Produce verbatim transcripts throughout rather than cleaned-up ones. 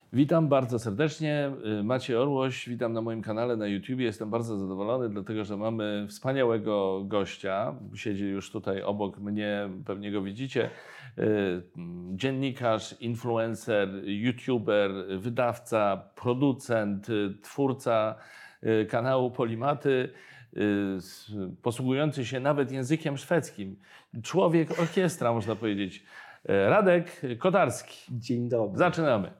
Witam bardzo serdecznie, Maciej Orłoś, witam na moim kanale na YouTubie. Jestem bardzo zadowolony, dlatego że mamy wspaniałego gościa. Siedzi już tutaj obok mnie, pewnie go widzicie. Dziennikarz, influencer, youtuber, wydawca, producent, twórca kanału Polimaty, posługujący się nawet językiem szwedzkim. Człowiek orkiestra, można powiedzieć. Radek Kotarski. Dzień dobry. Zaczynamy.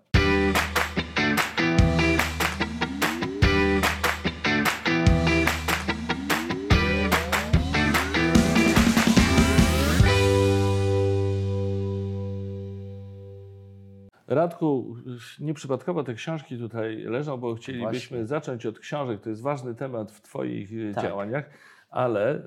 Radku, nieprzypadkowo te książki tutaj leżą, bo chcielibyśmy Właśnie. zacząć od książek. To jest ważny temat w Twoich tak. działaniach, ale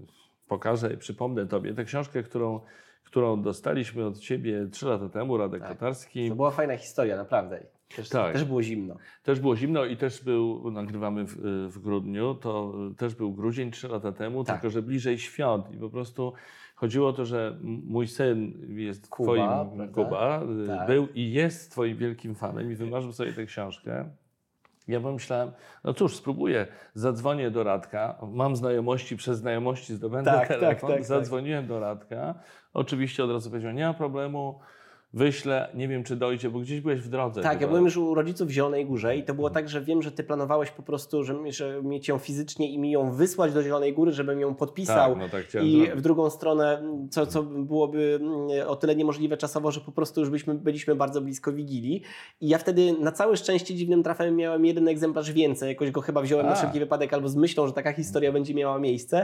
pokażę i przypomnę Tobie tę książkę, którą, którą dostaliśmy od Ciebie trzy lata temu, Radek tak. Kotarski. To była fajna historia, naprawdę. Też, tak. też było zimno. Też było zimno i też był, nagrywamy w, w grudniu, to też był grudzień trzy lata temu, tak. tylko że bliżej świąt i po prostu chodziło o to, że mój syn jest Kuba, twoim, prawda? Kuba, tak. był i jest twoim wielkim fanem i wymarzył sobie tę książkę. Ja pomyślałem, no cóż, spróbuję, zadzwonię do Radka, mam znajomości, przez znajomości zdobędę tak, telefon, tak, tak, zadzwoniłem tak. do Radka, oczywiście od razu powiedział, nie ma problemu, wyślę, nie wiem czy dojdzie, bo gdzieś byłeś w drodze. Tak, chyba. ja byłem już u rodziców w Zielonej Górze i to było tak, że wiem, że ty planowałeś po prostu, że, że mieć ją fizycznie i mi ją wysłać do Zielonej Góry, żebym ją podpisał. Tak, no tak I zrobić. w drugą stronę, co, co byłoby o tyle niemożliwe czasowo, że po prostu już byśmy, byliśmy bardzo blisko Wigilii. I ja wtedy na całe szczęście dziwnym trafem miałem jeden egzemplarz więcej, jakoś go chyba wziąłem A. na wszelki wypadek albo z myślą, że taka historia będzie miała miejsce.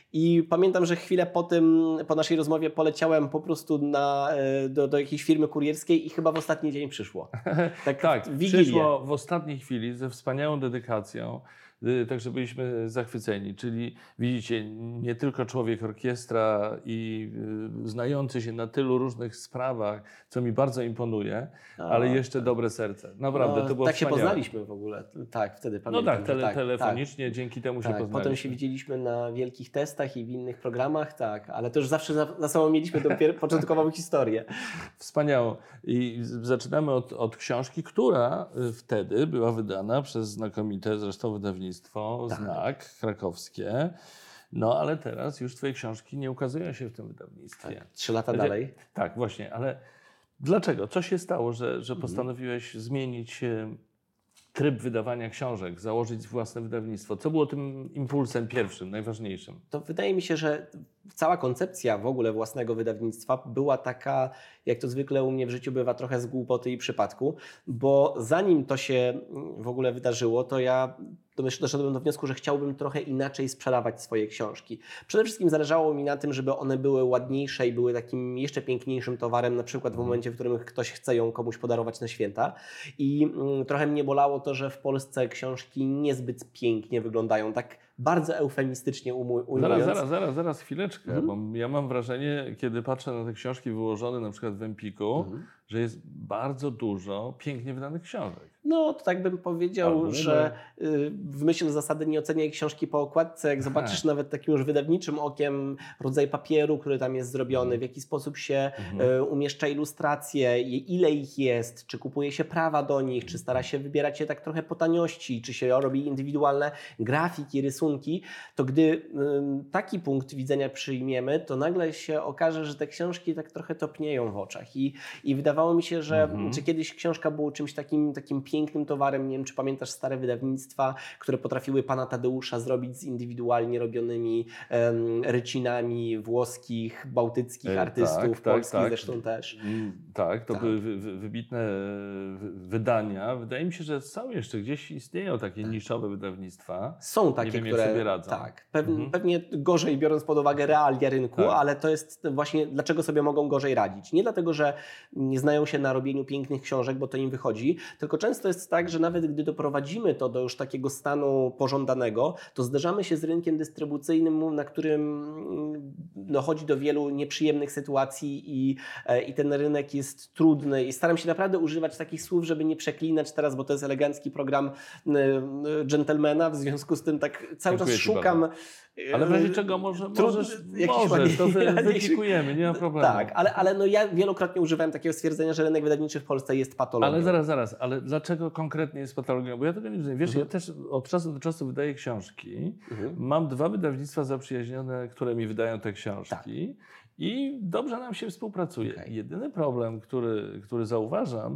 I pamiętam, że chwilę po tym, po naszej rozmowie poleciałem po prostu na, do, do jakiejś firmy kurierskiej i chyba w ostatni dzień przyszło. Tak, tak przyszło w ostatniej chwili ze wspaniałą dedykacją, także byliśmy zachwyceni. Czyli widzicie, nie tylko człowiek orkiestra i znający się na tylu różnych sprawach, co mi bardzo imponuje, A, ale jeszcze tak. dobre serce. Naprawdę, no, to było Tak wspaniałe. się poznaliśmy w ogóle. Tak, wtedy pamiętam. No tak, tele, tak telefonicznie, tak. dzięki temu tak, się poznaliśmy. Potem się widzieliśmy na wielkich testach i w innych programach, tak, ale to już zawsze za, za sobą mieliśmy tą pier- początkową historię. Wspaniałą. I zaczynamy od, od książki, która wtedy była wydana przez znakomite zresztą wydawnictwo tak. Znak krakowskie. No ale teraz już Twoje książki nie ukazują się w tym wydawnictwie. Tak, trzy lata dalej. Tak, właśnie, ale dlaczego? Co się stało, że, że postanowiłeś mhm. zmienić tryb wydawania książek, założyć własne wydawnictwo? Co było tym impulsem pierwszym, najważniejszym? To wydaje mi się, że cała koncepcja w ogóle własnego wydawnictwa była taka, jak to zwykle u mnie w życiu bywa, trochę z głupoty i przypadku, bo zanim to się w ogóle wydarzyło, to ja doszedłem do wniosku, że chciałbym trochę inaczej sprzedawać swoje książki. Przede wszystkim zależało mi na tym, żeby one były ładniejsze i były takim jeszcze piękniejszym towarem, na przykład w momencie, w którym ktoś chce ją komuś podarować na święta. I mm, trochę mnie bolało to, że w Polsce książki niezbyt pięknie wyglądają, tak bardzo eufemistycznie ujmując. Zaraz, zaraz, zaraz, zaraz chwileczkę, mhm. bo ja mam wrażenie, kiedy patrzę na te książki wyłożone na przykład w Empiku, mhm. że jest bardzo dużo pięknie wydanych książek. No, to tak bym powiedział, Albo że y, w myśl zasady nie oceniaj książki po okładce, jak zobaczysz Aha. nawet takim już wydawniczym okiem rodzaj papieru, który tam jest zrobiony, mhm. w jaki sposób się mhm. y, umieszcza ilustracje, ile ich jest, czy kupuje się prawa do nich, czy stara się wybierać je tak trochę po taniości, czy się robi indywidualne grafiki, rysunki, to gdy y, taki punkt widzenia przyjmiemy, to nagle się okaże, że te książki tak trochę topnieją w oczach. I, i wydawało mi się, że mhm. czy kiedyś książka była czymś takim, takim pięknym towarem, nie wiem, czy pamiętasz stare wydawnictwa, które potrafiły Pana Tadeusza zrobić z indywidualnie robionymi um, rycinami włoskich, bałtyckich e, artystów, tak, polskich tak, zresztą też. Tak, to tak. były wy, wy, wybitne wydania. Wydaje mi się, że są jeszcze gdzieś istnieją takie tak. niszowe wydawnictwa. Są takie, nie wiem, które jak sobie radzą. Tak, pew, mhm. pewnie gorzej biorąc pod uwagę realia rynku, tak. ale to jest właśnie dlaczego sobie mogą gorzej radzić. Nie dlatego, że nie znają się na robieniu pięknych książek, bo to im wychodzi, tylko często jest tak, że nawet gdy doprowadzimy to do już takiego stanu pożądanego, to zderzamy się z rynkiem dystrybucyjnym, na którym dochodzi do wielu nieprzyjemnych sytuacji i, i ten rynek jest trudny. I staram się naprawdę używać takich słów, żeby nie przeklinać teraz, bo to jest elegancki program dżentelmena, w związku z tym tak cały Dziękuję czas szukam... Ale w razie czego może, możesz, możesz to wy, wypikujemy, nie ma problemu. Tak, ale, ale no ja wielokrotnie używałem takiego stwierdzenia, że rynek wydawniczy w Polsce jest patologią. Ale zaraz, zaraz, ale dlaczego konkretnie jest patologią? Bo ja tego nie rozumiem. Wiesz, mhm. ja też od czasu do czasu wydaję książki. Mhm. Mam dwa wydawnictwa zaprzyjaźnione, które mi wydają te książki. Tak. I dobrze nam się współpracuje. Okay. Jedyny problem, który, który zauważam,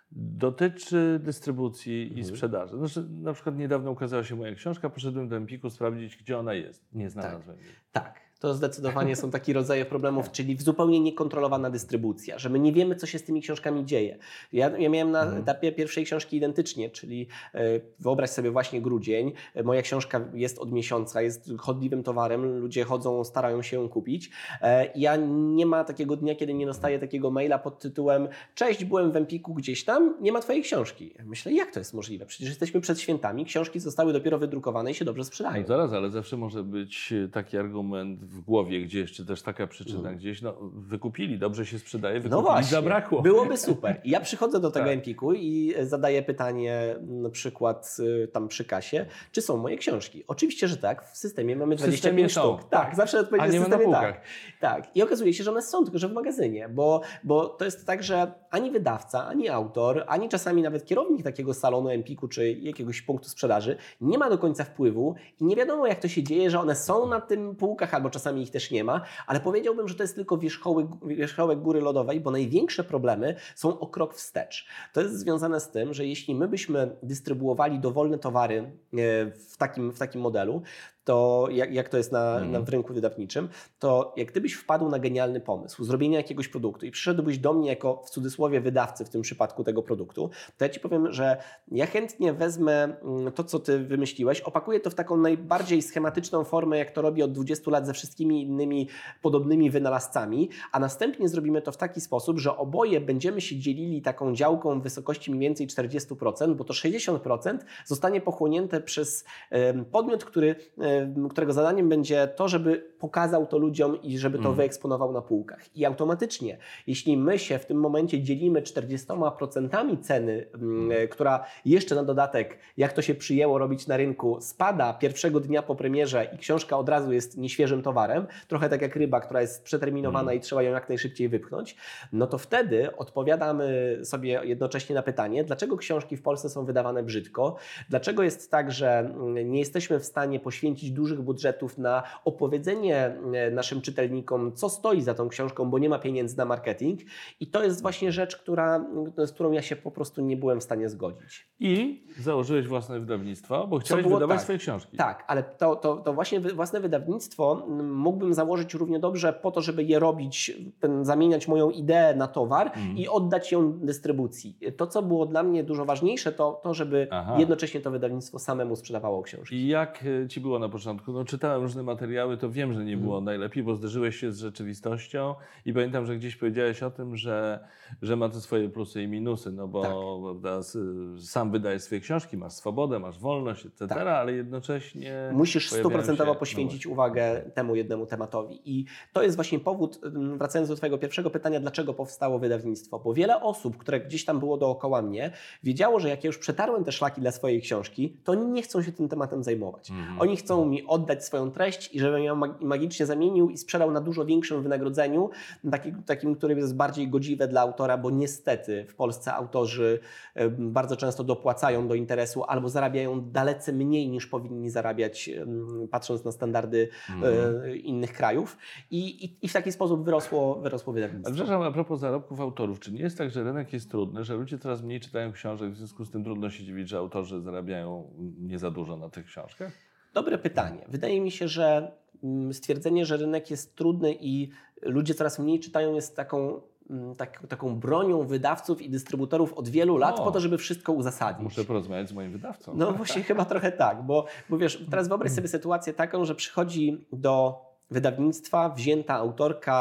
dotyczy dystrybucji mhm. i sprzedaży. Znaczy, na przykład niedawno ukazała się moja książka, poszedłem do Empiku sprawdzić, gdzie ona jest. Nie znalazłem jej. Tak. tak. To zdecydowanie są takie rodzaje problemów, czyli w zupełnie niekontrolowana dystrybucja, że my nie wiemy, co się z tymi książkami dzieje. Ja, ja miałem na mhm. etapie pierwszej książki identycznie, czyli e, wyobraź sobie właśnie grudzień, moja książka jest od miesiąca, jest chodliwym towarem, ludzie chodzą, starają się ją kupić. E, ja nie ma takiego dnia, kiedy nie dostaję takiego maila pod tytułem: cześć, byłem w Empiku gdzieś tam, nie ma twojej książki. Myślę, jak to jest możliwe? Przecież jesteśmy przed świętami, książki zostały dopiero wydrukowane i się dobrze sprzedają. No zaraz, ale zawsze może być taki argument w głowie gdzieś, czy też taka przyczyna mm. gdzieś, no wykupili, dobrze się sprzedaje, wykupili, no właśnie, zabrakło. Byłoby super. Ja przychodzę do tego tak. Empiku i zadaję pytanie na przykład tam przy kasie, czy są moje książki? Oczywiście, że tak. W systemie mamy dwadzieścia pięć sztuk. Tak, tak, zawsze odpowiedź w systemie tak. tak. I okazuje się, że one są, tylko że w magazynie, bo, bo to jest tak, że ani wydawca, ani autor, ani czasami nawet kierownik takiego salonu Empiku, czy jakiegoś punktu sprzedaży nie ma do końca wpływu i nie wiadomo, jak to się dzieje, że one są na tym półkach, albo czasami ich też nie ma, ale powiedziałbym, że to jest tylko wierzchołek, wierzchołek góry lodowej, bo największe problemy są o krok wstecz. To jest związane z tym, że jeśli my byśmy dystrybuowali dowolne towary w takim, w takim modelu, to jak, jak to jest na, mm. na w rynku wydawniczym, to jak gdybyś wpadł na genialny pomysł zrobienia jakiegoś produktu i przyszedłbyś do mnie jako, w cudzysłowie, wydawcy w tym przypadku tego produktu, to ja Ci powiem, że ja chętnie wezmę to, co Ty wymyśliłeś, opakuję to w taką najbardziej schematyczną formę, jak to robię od dwudziestu lat ze wszystkimi innymi podobnymi wynalazcami, a następnie zrobimy to w taki sposób, że oboje będziemy się dzielili taką działką w wysokości mniej więcej czterdzieści procent, bo to sześćdziesiąt procent zostanie pochłonięte przez podmiot, który którego zadaniem będzie to, żeby pokazał to ludziom i żeby to mm. wyeksponował na półkach. I automatycznie, jeśli my się w tym momencie dzielimy czterdziestoma procentami ceny, mm, która jeszcze na dodatek, jak to się przyjęło robić na rynku, spada pierwszego dnia po premierze i książka od razu jest nieświeżym towarem, trochę tak jak ryba, która jest przeterminowana mm. i trzeba ją jak najszybciej wypchnąć, no to wtedy odpowiadamy sobie jednocześnie na pytanie, dlaczego książki w Polsce są wydawane brzydko, dlaczego jest tak, że nie jesteśmy w stanie poświęcić dużych budżetów na opowiedzenie naszym czytelnikom, co stoi za tą książką, bo nie ma pieniędzy na marketing. I to jest właśnie rzecz, która, z którą ja się po prostu nie byłem w stanie zgodzić. I założyłeś własne wydawnictwo, bo chciałeś wydawać tak, swoje książki. Tak, ale to, to, to właśnie własne wydawnictwo mógłbym założyć równie dobrze po to, żeby je robić, ten, zamieniać moją ideę na towar mm. i oddać ją dystrybucji. To, co było dla mnie dużo ważniejsze, to to, żeby Aha. jednocześnie to wydawnictwo samemu sprzedawało książki. I jak Ci było na początku? No, czytałem różne materiały, to wiem, że nie było hmm. najlepiej, bo zderzyłeś się z rzeczywistością i pamiętam, że gdzieś powiedziałeś o tym, że, że ma to swoje plusy i minusy, no bo tak. prawda, sam wydajesz swoje książki, masz swobodę, masz wolność, et cetera, tak. ale jednocześnie musisz stuprocentowo poświęcić no uwagę temu jednemu tematowi. I to jest właśnie powód, wracając do Twojego pierwszego pytania, dlaczego powstało wydawnictwo, bo wiele osób, które gdzieś tam było dookoła mnie, wiedziało, że jak ja już przetarłem te szlaki dla swojej książki, to oni nie chcą się tym tematem zajmować. Hmm. Oni chcą mi oddać swoją treść i żebym ją magicznie zamienił i sprzedał na dużo większym wynagrodzeniu, takim, takim, które jest bardziej godziwe dla autora, bo niestety w Polsce autorzy bardzo często dopłacają do interesu albo zarabiają dalece mniej niż powinni zarabiać, patrząc na standardy mm. innych krajów. I, i, i w taki sposób wyrosło, wyrosło wydawnictwo. Ale przepraszam, a propos zarobków autorów, czy nie jest tak, że rynek jest trudny, że ludzie coraz mniej czytają książek, w związku z tym trudno się dziwić, że autorzy zarabiają nie za dużo na tych książkach? Dobre pytanie. Wydaje mi się, że stwierdzenie, że rynek jest trudny i ludzie coraz mniej czytają, jest taką, tak, taką bronią wydawców i dystrybutorów od wielu lat, o, po to, żeby wszystko uzasadnić. Muszę porozmawiać z moim wydawcą. No właśnie chyba trochę tak, bo, bo wiesz, teraz wyobraź sobie sytuację taką, że przychodzi do wydawnictwa wzięta autorka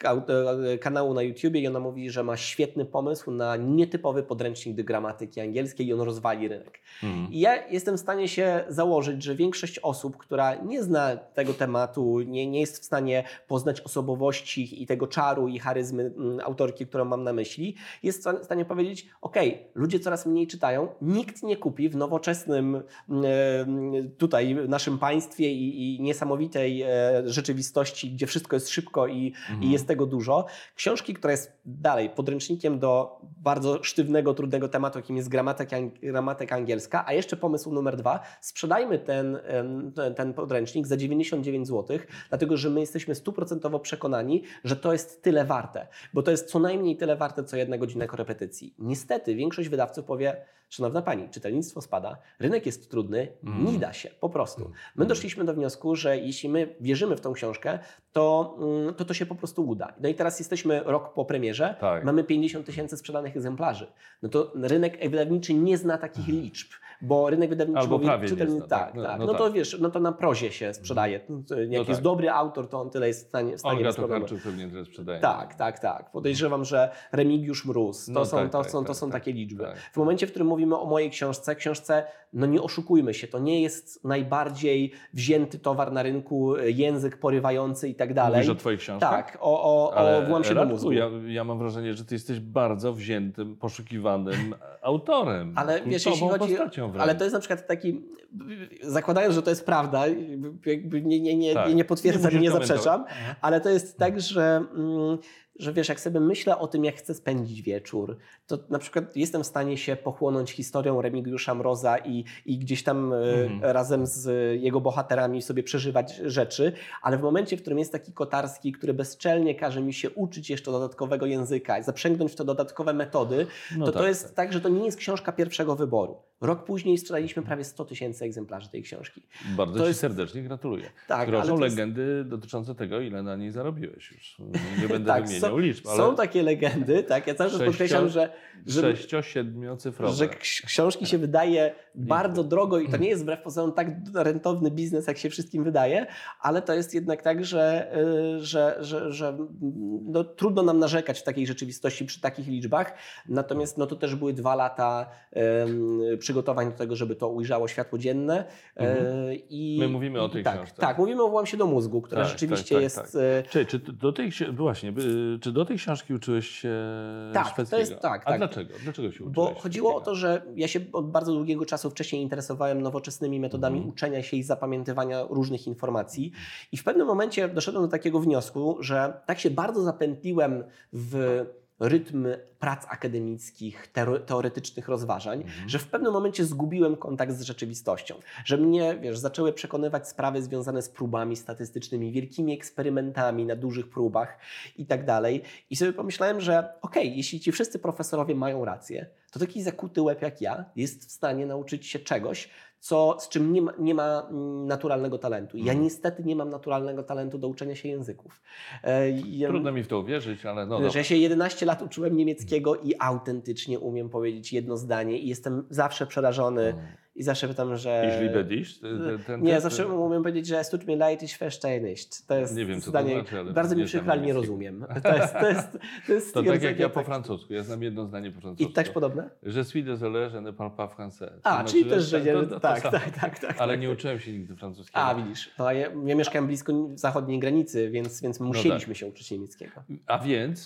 kanału na YouTubie i ona mówi, że ma świetny pomysł na nietypowy podręcznik do gramatyki angielskiej i on rozwali rynek. Mhm. I ja jestem w stanie się założyć, że większość osób, która nie zna tego tematu, nie, nie jest w stanie poznać osobowości i tego czaru i charyzmy autorki, którą mam na myśli, jest w stanie powiedzieć, ok, ludzie coraz mniej czytają, nikt nie kupi w nowoczesnym tutaj naszym państwie i, i niesamowitej rzeczywistości, gdzie wszystko jest szybko i, mhm. i jest tego dużo. Książki, która jest dalej podręcznikiem do bardzo sztywnego, trudnego tematu, jakim jest gramatyka, gramatyka angielska, a jeszcze pomysł numer dwa, sprzedajmy ten, ten, ten podręcznik za dziewięćdziesiąt dziewięć złotych, dlatego że my jesteśmy stuprocentowo przekonani, że to jest tyle warte, bo to jest co najmniej tyle warte, co jedna godzina korepetycji. Niestety większość wydawców powie, szanowna pani, czytelnictwo spada, rynek jest trudny, mm. nie da się, po prostu. My doszliśmy do wniosku, że jeśli my wierzymy w tą książkę, to to, to się po prostu uda. No i teraz jesteśmy rok po premierze, tak. mamy pięćdziesiąt tysięcy sprzedanych egzemplarzy. No to rynek wydawniczy nie zna takich liczb, bo rynek wydawniczy Albo mówi, prawie czytelni... nie zna, tak, tak. tak. No, no, no to tak. wiesz, no to na prozie się sprzedaje. Jak no jest tak. dobry autor, to on tyle jest w stanie, w stanie Olga Tokarczuk pewnie tyle sprzedaje. Tak, tak, tak. Podejrzewam, że Remigiusz Mróz, to no są, tak, to tak, są, to tak, są tak, takie liczby. tak, w momencie, w którym mówimy o mojej książce, książce, no nie oszukujmy się, to nie jest najbardziej wzięty towar na rynku, język porywający i tak dalej. Mówisz o twojej książce? Tak, o, o, o Włącz się do mózgu. Ja, ja mam wrażenie, że ty jesteś bardzo wziętym, poszukiwanym autorem. Ale wiesz, jeśli chodzi, ale to jest na przykład taki, zakładając, że to jest prawda, jakby nie, nie, nie, tak. nie potwierdzam, nie, nie zaprzeczam, ale to jest tak, że... Mm, że wiesz, jak sobie myślę o tym, jak chcę spędzić wieczór, to na przykład jestem w stanie się pochłonąć historią Remigiusza Mroza i, i gdzieś tam mm. razem z jego bohaterami sobie przeżywać rzeczy, ale w momencie, w którym jest taki Kotarski, który bezczelnie każe mi się uczyć jeszcze dodatkowego języka, zaprzęgnąć w to dodatkowe metody, no to tak, to jest tak. tak, że to nie jest książka pierwszego wyboru. Rok później sprzedaliśmy prawie sto tysięcy egzemplarzy tej książki. Bardzo to Ci jest... serdecznie gratuluję. Tak, Krążą jest... legendy dotyczące tego, ile na niej zarobiłeś już. Nie będę tak, wymieniał są, liczb. Ale... Są takie legendy, tak? Ja cały czas podkreślam, że, że, sześcio-siedmiocyfrowe. że książki się wydaje bardzo drogo i to nie jest wbrew pozorom tak rentowny biznes, jak się wszystkim wydaje, ale to jest jednak tak, że, że, że, że no, trudno nam narzekać w takiej rzeczywistości przy takich liczbach. Natomiast no, to też były dwa lata um, przygotowań do tego, żeby to ujrzało światło dzienne. Mhm. I My mówimy o tej tak, książce. Tak, mówimy o Włącz się do mózgu, która tak, rzeczywiście tak, tak, jest... Tak. Czy, czy, do tej, właśnie, czy do tej książki uczyłeś się tak, szwedzkiego? To jest, tak, A tak. dlaczego? Dlaczego się uczyłeś Bo chodziło o to, że ja się od bardzo długiego czasu wcześniej interesowałem nowoczesnymi metodami mhm. uczenia się i zapamiętywania różnych informacji i w pewnym momencie doszedłem do takiego wniosku, że tak się bardzo zapętliłem w rytm prac akademickich, teoretycznych rozważań, mhm. że w pewnym momencie zgubiłem kontakt z rzeczywistością. Że mnie, wiesz, zaczęły przekonywać sprawy związane z próbami statystycznymi, wielkimi eksperymentami na dużych próbach i tak dalej. I sobie pomyślałem, że okej, okay, jeśli ci wszyscy profesorowie mają rację, to taki zakuty łeb jak ja jest w stanie nauczyć się czegoś, co, z czym nie ma, nie ma naturalnego talentu. Ja mm. niestety nie mam naturalnego talentu do uczenia się języków. Ja, Trudno mi w to uwierzyć, ale no Że ja się jedenaście lat uczyłem niemieckiego i autentycznie umiem powiedzieć jedno zdanie i jestem zawsze przerażony mm. i zawsze pytam, że... Ich liebe dich? Ten, ten nie, test? zawsze umiem powiedzieć, że es tut mir leid, ich verstehe nicht. To jest nie wiem, co zdanie, to znaczy, ale bardzo mi przykro, ale nie rozumiem. To jest, to jest, to jest to tak jak ja po francusku. Ja znam jedno zdanie po francusku. I też podobne? Je suis désolé, je ne parle pas français. A, znaczy, czyli też, że nie... To, to, to tak, to tak, tak, tak. Ale tak, nie tak. uczyłem się nigdy francuskiego. A, widzisz. No, ja, ja mieszkałem blisko zachodniej granicy, więc, więc musieliśmy no tak. się uczyć niemieckiego. A więc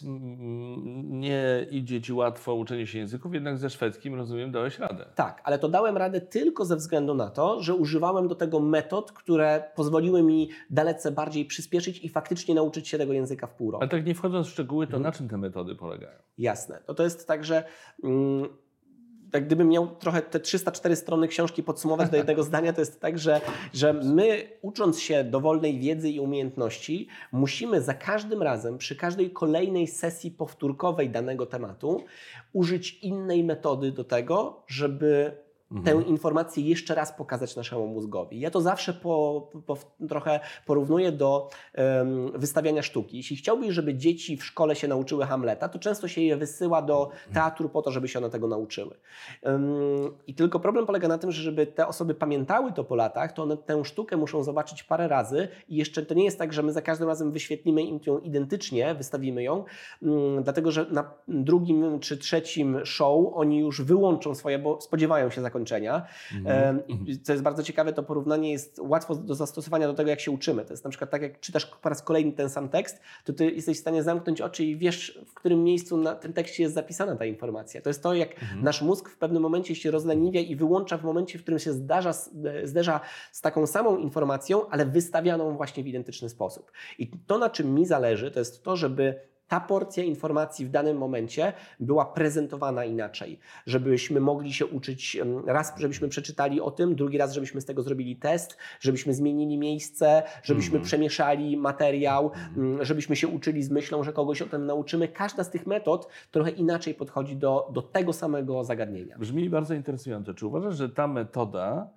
m, nie idzie Ci łatwo uczenie się języków, jednak ze szwedzkim, rozumiem, dałeś radę. Tak, ale to dałem radę tylko ze względu na to, że używałem do tego metod, które pozwoliły mi dalece bardziej przyspieszyć i faktycznie nauczyć się tego języka w pół roku. Ale tak nie wchodząc w szczegóły, to hmm. na czym te metody polegają? Jasne. No to jest tak, że... Mm, jak gdybym miał trochę te trzysta cztery strony książki podsumować do jednego zdania, to jest tak, że, że my ucząc się dowolnej wiedzy i umiejętności, musimy za każdym razem, przy każdej kolejnej sesji powtórkowej danego tematu użyć innej metody do tego, żeby mhm. tę informację jeszcze raz pokazać naszemu mózgowi. Ja to zawsze po, po, trochę porównuję do um, wystawiania sztuki. Jeśli chciałbyś, żeby dzieci w szkole się nauczyły Hamleta, to często się je wysyła do teatru po to, żeby się one tego nauczyły. Um, I tylko problem polega na tym, że żeby te osoby pamiętały to po latach, to one tę sztukę muszą zobaczyć parę razy i jeszcze to nie jest tak, że my za każdym razem wyświetlimy im ją identycznie, wystawimy ją, um, dlatego że na drugim czy trzecim show oni już wyłączą swoje, bo spodziewają się zakończenia. Mm-hmm. I co jest bardzo ciekawe, to porównanie jest łatwo do zastosowania do tego, jak się uczymy. To jest na przykład tak, jak czytasz po raz kolejny ten sam tekst, to ty jesteś w stanie zamknąć oczy i wiesz, w którym miejscu na tym tekście jest zapisana ta informacja. To jest to, jak mm-hmm. nasz mózg w pewnym momencie się rozleniwia i wyłącza w momencie, w którym się zdarza, zderza z taką samą informacją, ale wystawianą właśnie w identyczny sposób. I to, na czym mi zależy, to jest to, żeby ta porcja informacji w danym momencie była prezentowana inaczej, żebyśmy mogli się uczyć, raz żebyśmy przeczytali o tym, drugi raz żebyśmy z tego zrobili test, żebyśmy zmienili miejsce, żebyśmy mm-hmm. przemieszali materiał, mm-hmm. żebyśmy się uczyli z myślą, że kogoś o tym nauczymy. Każda z tych metod trochę inaczej podchodzi do, do tego samego zagadnienia. Brzmi bardzo interesująco. Czy uważasz, że ta metoda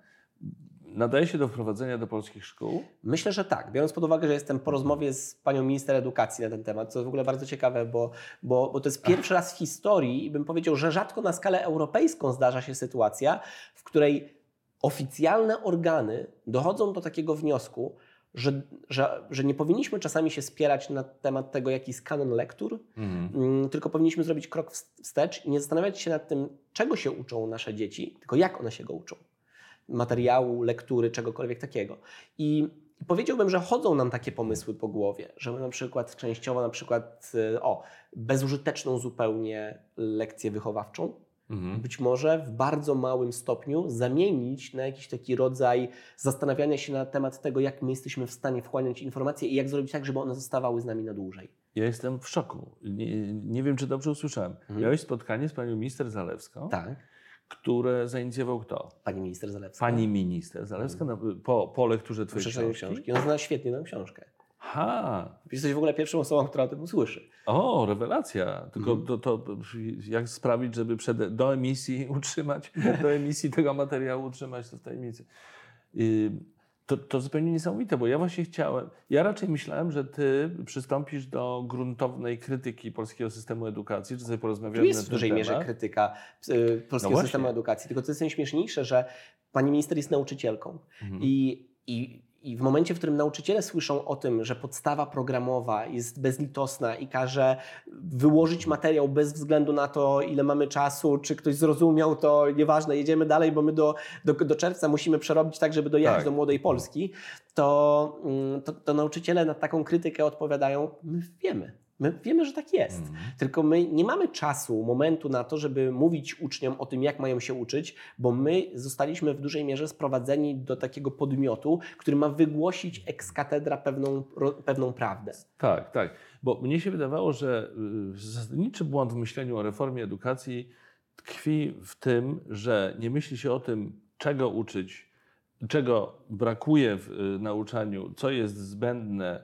nadaje się do wprowadzenia do polskich szkół? Myślę, że tak. Biorąc pod uwagę, że jestem po rozmowie z panią minister edukacji na ten temat, co jest w ogóle bardzo ciekawe, bo, bo, bo to jest pierwszy raz w historii i bym powiedział, że rzadko na skalę europejską zdarza się sytuacja, w której oficjalne organy dochodzą do takiego wniosku, że, że, że nie powinniśmy czasami się spierać na temat tego, jaki jest kanon lektur, mm. tylko powinniśmy zrobić krok wstecz i nie zastanawiać się nad tym, czego się uczą nasze dzieci, tylko jak one się go uczą. Materiału, lektury, czegokolwiek takiego. I powiedziałbym, że chodzą nam takie pomysły po głowie, że my na przykład częściowo na przykład o, bezużyteczną zupełnie lekcję wychowawczą, mhm. być może w bardzo małym stopniu zamienić na jakiś taki rodzaj zastanawiania się na temat tego, jak my jesteśmy w stanie wchłaniać informacje i jak zrobić tak, żeby one zostawały z nami na dłużej. Ja jestem w szoku. Nie, nie wiem, czy dobrze usłyszałem. Mhm. Miałeś spotkanie z panią minister Zalewską? Tak. Które zainicjował kto? Pani minister Zalewska. Pani minister Zalewska hmm. po, po lekturze twojej książki. książki. Ona zna świetnie tę książkę. Ha. Jesteś w ogóle pierwszą osobą, która o tym usłyszy. O, rewelacja. Tylko hmm. to, to jak sprawić, żeby przed, do emisji utrzymać, do emisji tego materiału utrzymać to w tajemnicy. Yy, To, to zupełnie niesamowite, bo ja właśnie chciałem, ja raczej myślałem, że ty przystąpisz do gruntownej krytyki polskiego systemu edukacji, czy sobie porozmawiamy na ten temat. Tu jest w dużej mierze krytyka y, polskiego no systemu edukacji, tylko co jest najśmieszniejsze, że pani minister jest nauczycielką mhm. i, i I w momencie, w którym nauczyciele słyszą o tym, że podstawa programowa jest bezlitosna i każe wyłożyć materiał bez względu na to, ile mamy czasu, czy ktoś zrozumiał, to nieważne, jedziemy dalej, bo my do, do, do czerwca musimy przerobić tak, żeby dojechać tak. do Młodej Polski, to, to, to nauczyciele na taką krytykę odpowiadają, my wiemy. My wiemy, że tak jest, mm. tylko my nie mamy czasu, momentu na to, żeby mówić uczniom o tym, jak mają się uczyć, bo my zostaliśmy w dużej mierze sprowadzeni do takiego podmiotu, który ma wygłosić ex cathedra pewną, pewną prawdę. Tak, tak, bo mnie się wydawało, że zasadniczy błąd w myśleniu o reformie edukacji tkwi w tym, że nie myśli się o tym, czego uczyć, czego brakuje w nauczaniu, co jest zbędne,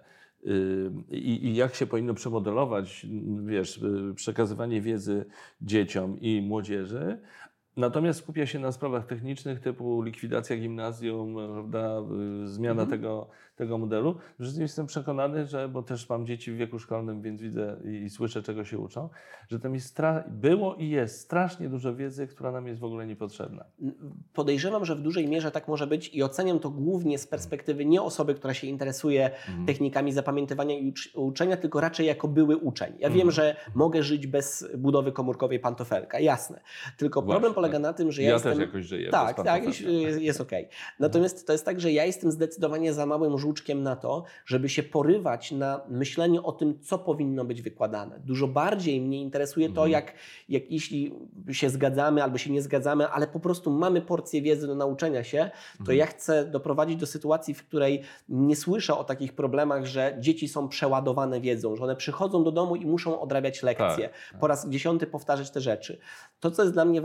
I, I jak się powinno przemodelować, wiesz, przekazywanie wiedzy dzieciom i młodzieży. Natomiast skupia się na sprawach technicznych typu likwidacja gimnazjum, prawda, zmiana mhm. tego, tego modelu. Że jestem przekonany, że, bo też mam dzieci w wieku szkolnym, więc widzę i, i słyszę, czego się uczą, że tam jest stra- było i jest strasznie dużo wiedzy, która nam jest w ogóle niepotrzebna. Podejrzewam, że w dużej mierze tak może być i oceniam to głównie z perspektywy nie osoby, która się interesuje mhm. technikami zapamiętywania i ucz- uczenia, tylko raczej jako były uczeń. Ja mhm. wiem, że mogę żyć bez budowy komórkowej pantofelka, jasne. Tylko Właśnie. problem polega na tym, że ja, ja jestem... też jakoś żyję. Tak, tak, jest, jest okej. Okay. Natomiast to jest tak, że ja jestem zdecydowanie za małym żuczkiem na to, żeby się porywać na myślenie o tym, co powinno być wykładane. Dużo bardziej mnie interesuje to, jak, jak jeśli się zgadzamy albo się nie zgadzamy, ale po prostu mamy porcję wiedzy do nauczenia się, to mhm. ja chcę doprowadzić do sytuacji, w której nie słyszę o takich problemach, że dzieci są przeładowane wiedzą, że one przychodzą do domu i muszą odrabiać lekcje. Tak, tak. Po raz dziesiąty powtarzać te rzeczy. To, co jest dla mnie ważniejsze,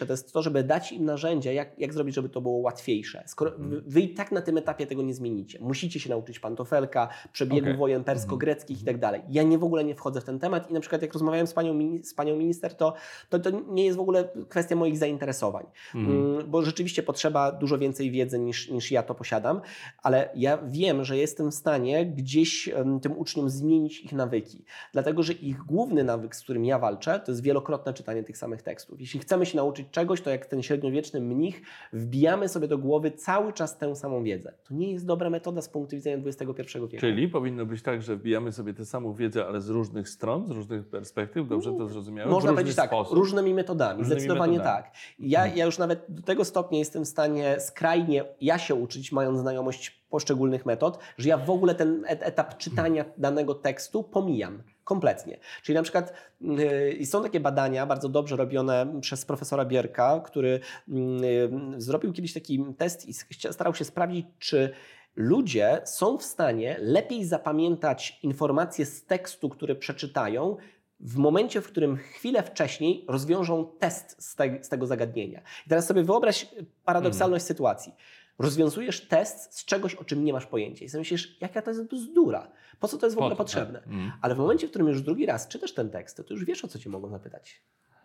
to jest to, żeby dać im narzędzia, jak, jak zrobić, żeby to było łatwiejsze. Skoro wy, wy i tak na tym etapie tego nie zmienicie. Musicie się nauczyć pantofelka, przebiegu okay. wojen persko-greckich mm. i tak dalej. Ja nie w ogóle nie wchodzę w ten temat i na przykład jak rozmawiałem z panią, z panią minister, to, to, to nie jest w ogóle kwestia moich zainteresowań. Mm. Bo rzeczywiście potrzeba dużo więcej wiedzy niż, niż ja to posiadam, ale ja wiem, że jestem w stanie gdzieś um, tym uczniom zmienić ich nawyki. Dlatego, że ich główny nawyk, z którym ja walczę, to jest wielokrotne czytanie tych samych tekstów. Jeśli chcemy się nauczyć czegoś, to jak ten średniowieczny mnich, wbijamy sobie do głowy cały czas tę samą wiedzę. To nie jest dobra metoda z punktu widzenia dwudziestego pierwszego wieku. Czyli powinno być tak, że wbijamy sobie tę samą wiedzę, ale z różnych stron, z różnych perspektyw, dobrze to zrozumiałem? Można powiedzieć tak, sposób. różnymi metodami, różnymi zdecydowanie metodami. tak. Ja, ja już nawet do tego stopnia jestem w stanie skrajnie ja się uczyć, mając znajomość poszczególnych metod, że ja w ogóle ten etap czytania danego tekstu pomijam kompletnie. Czyli na przykład yy, są takie badania bardzo dobrze robione przez profesora Bierka, który yy, zrobił kiedyś taki test i starał się sprawdzić, czy ludzie są w stanie lepiej zapamiętać informacje z tekstu, który przeczytają, w momencie, w którym chwilę wcześniej rozwiążą test z, te, z tego zagadnienia. I teraz sobie wyobraź paradoksalność hmm. sytuacji. Rozwiązujesz test z czegoś, o czym nie masz pojęcia. I sobie myślisz, jaka to jest bzdura. Po co to jest w ogóle po potrzebne? Tak. Mm. Ale w momencie, w którym już drugi raz czytasz ten tekst, to już wiesz, o co cię mogą zapytać.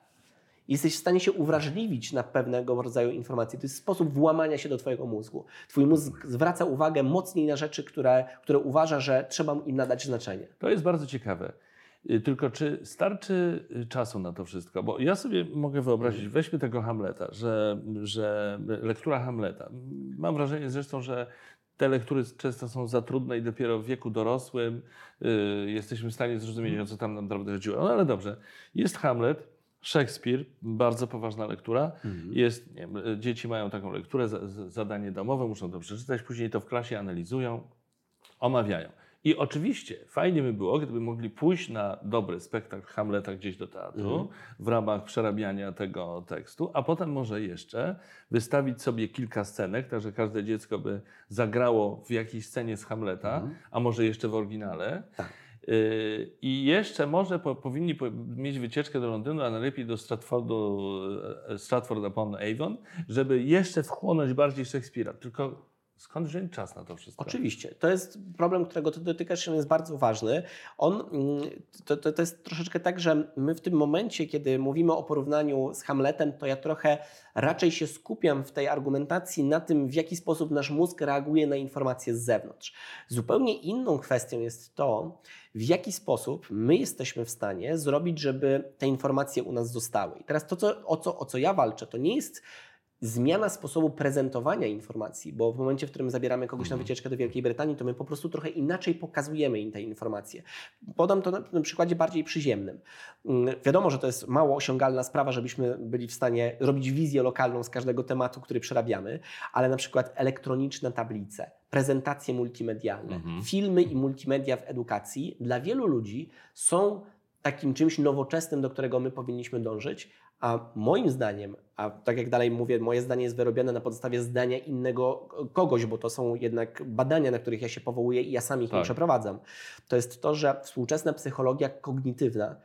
I jesteś w stanie się uwrażliwić na pewnego rodzaju informacje. To jest sposób włamania się do twojego mózgu. Twój mózg zwraca uwagę mocniej na rzeczy, które, które uważa, że trzeba im nadać znaczenie. To jest bardzo ciekawe. Tylko czy starczy czasu na to wszystko? Bo ja sobie mogę wyobrazić, weźmy tego Hamleta, że, że lektura Hamleta. Mam wrażenie zresztą, że te lektury często są za trudne i dopiero w wieku dorosłym yy, jesteśmy w stanie zrozumieć, o co tam naprawdę chodziło. No ale dobrze, jest Hamlet, Szekspir, bardzo poważna lektura. Mhm. Jest, nie wiem, dzieci mają taką lekturę, zadanie domowe, muszą to przeczytać, później to w klasie analizują, omawiają. I oczywiście fajnie by było, gdyby mogli pójść na dobry spektakl Hamleta gdzieś do teatru mm. w ramach przerabiania tego tekstu, a potem może jeszcze wystawić sobie kilka scenek, tak że każde dziecko by zagrało w jakiejś scenie z Hamleta, mm. a może jeszcze w oryginale. Tak. Yy, I jeszcze może po, powinni po, mieć wycieczkę do Londynu, a najlepiej do Stratfordu, Stratford upon Avon, żeby jeszcze wchłonąć bardziej Szekspira. Tylko skąd wziąć czas na to wszystko? Oczywiście. To jest problem, którego ty dotykasz, on jest bardzo ważny. On, to, to, to jest troszeczkę tak, że my w tym momencie, kiedy mówimy o porównaniu z Hamletem, to ja trochę raczej się skupiam w tej argumentacji na tym, w jaki sposób nasz mózg reaguje na informacje z zewnątrz. Zupełnie inną kwestią jest to, w jaki sposób my jesteśmy w stanie zrobić, żeby te informacje u nas zostały. I teraz to, co, o, co, o co ja walczę, to nie jest zmiana sposobu prezentowania informacji, bo w momencie, w którym zabieramy kogoś na wycieczkę do Wielkiej Brytanii, to my po prostu trochę inaczej pokazujemy im te informacje. Podam to na, na przykładzie bardziej przyziemnym. Wiadomo, że to jest mało osiągalna sprawa, żebyśmy byli w stanie robić wizję lokalną z każdego tematu, który przerabiamy, ale na przykład elektroniczne tablice, prezentacje multimedialne, mhm. filmy i multimedia w edukacji dla wielu ludzi są takim czymś nowoczesnym, do którego my powinniśmy dążyć, a moim zdaniem, a tak jak dalej mówię, moje zdanie jest wyrobione na podstawie zdania innego kogoś, bo to są jednak badania, na których ja się powołuję i ja sam ich tak. nie przeprowadzam, to jest to, że współczesna psychologia kognitywna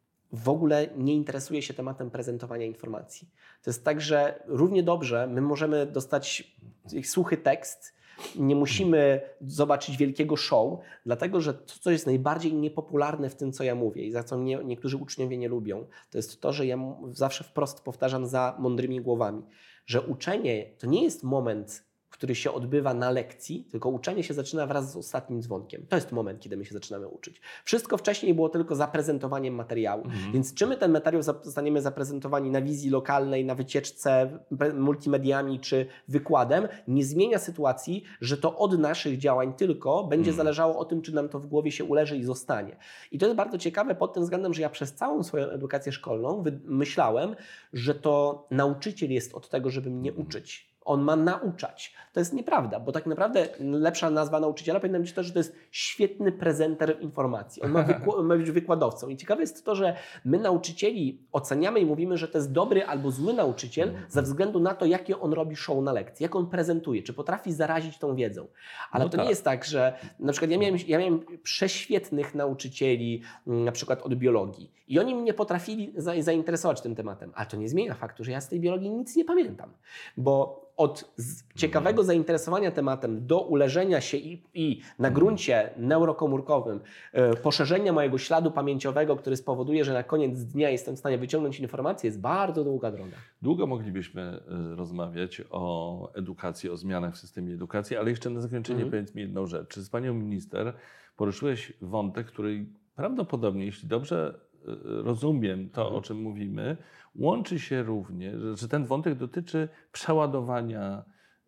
w ogóle nie interesuje się tematem prezentowania informacji. To jest tak, że równie dobrze my możemy dostać suchy tekst, nie musimy zobaczyć wielkiego show, dlatego że to, co jest najbardziej niepopularne w tym, co ja mówię i za co mnie niektórzy uczniowie nie lubią, to jest to, że ja zawsze wprost powtarzam za mądrymi głowami, że uczenie to nie jest moment, który się odbywa na lekcji, tylko uczenie się zaczyna wraz z ostatnim dzwonkiem. To jest moment, kiedy my się zaczynamy uczyć. Wszystko wcześniej było tylko zaprezentowaniem materiału. Mhm. Więc czy my ten materiał zostaniemy zaprezentowani na wizji lokalnej, na wycieczce, multimediami czy wykładem, nie zmienia sytuacji, że to od naszych działań tylko będzie mhm. zależało o tym, czy nam to w głowie się uleży i zostanie. I to jest bardzo ciekawe pod tym względem, że ja przez całą swoją edukację szkolną myślałem, że to nauczyciel jest od tego, żeby mnie uczyć. on ma nauczać. To jest nieprawda, bo tak naprawdę lepsza nazwa nauczyciela powinna być to, że to jest świetny prezenter informacji. On ma, wykł- ma być wykładowcą. I ciekawe jest to, że my nauczycieli oceniamy i mówimy, że to jest dobry albo zły nauczyciel ze względu na to, jakie on robi show na lekcji, jak on prezentuje, czy potrafi zarazić tą wiedzą. Ale no to tak. nie jest tak, że na przykład ja miałem, ja miałem prześwietnych nauczycieli, na przykład od biologii i oni mnie potrafili za, zainteresować tym tematem, ale to nie zmienia faktu, że ja z tej biologii nic nie pamiętam, bo od ciekawego zainteresowania tematem do uleżenia się i, i na gruncie neurokomórkowym e, poszerzenia mojego śladu pamięciowego, który spowoduje, że na koniec dnia jestem w stanie wyciągnąć informację, jest bardzo długa droga. Długo moglibyśmy y, rozmawiać o edukacji, o zmianach w systemie edukacji, ale jeszcze na zakończenie mhm. powiedz mi jedną rzecz. Czy z panią minister poruszyłeś wątek, który prawdopodobnie, jeśli dobrze y, rozumiem to, mhm. o czym mówimy, łączy się również, że ten wątek dotyczy przeładowania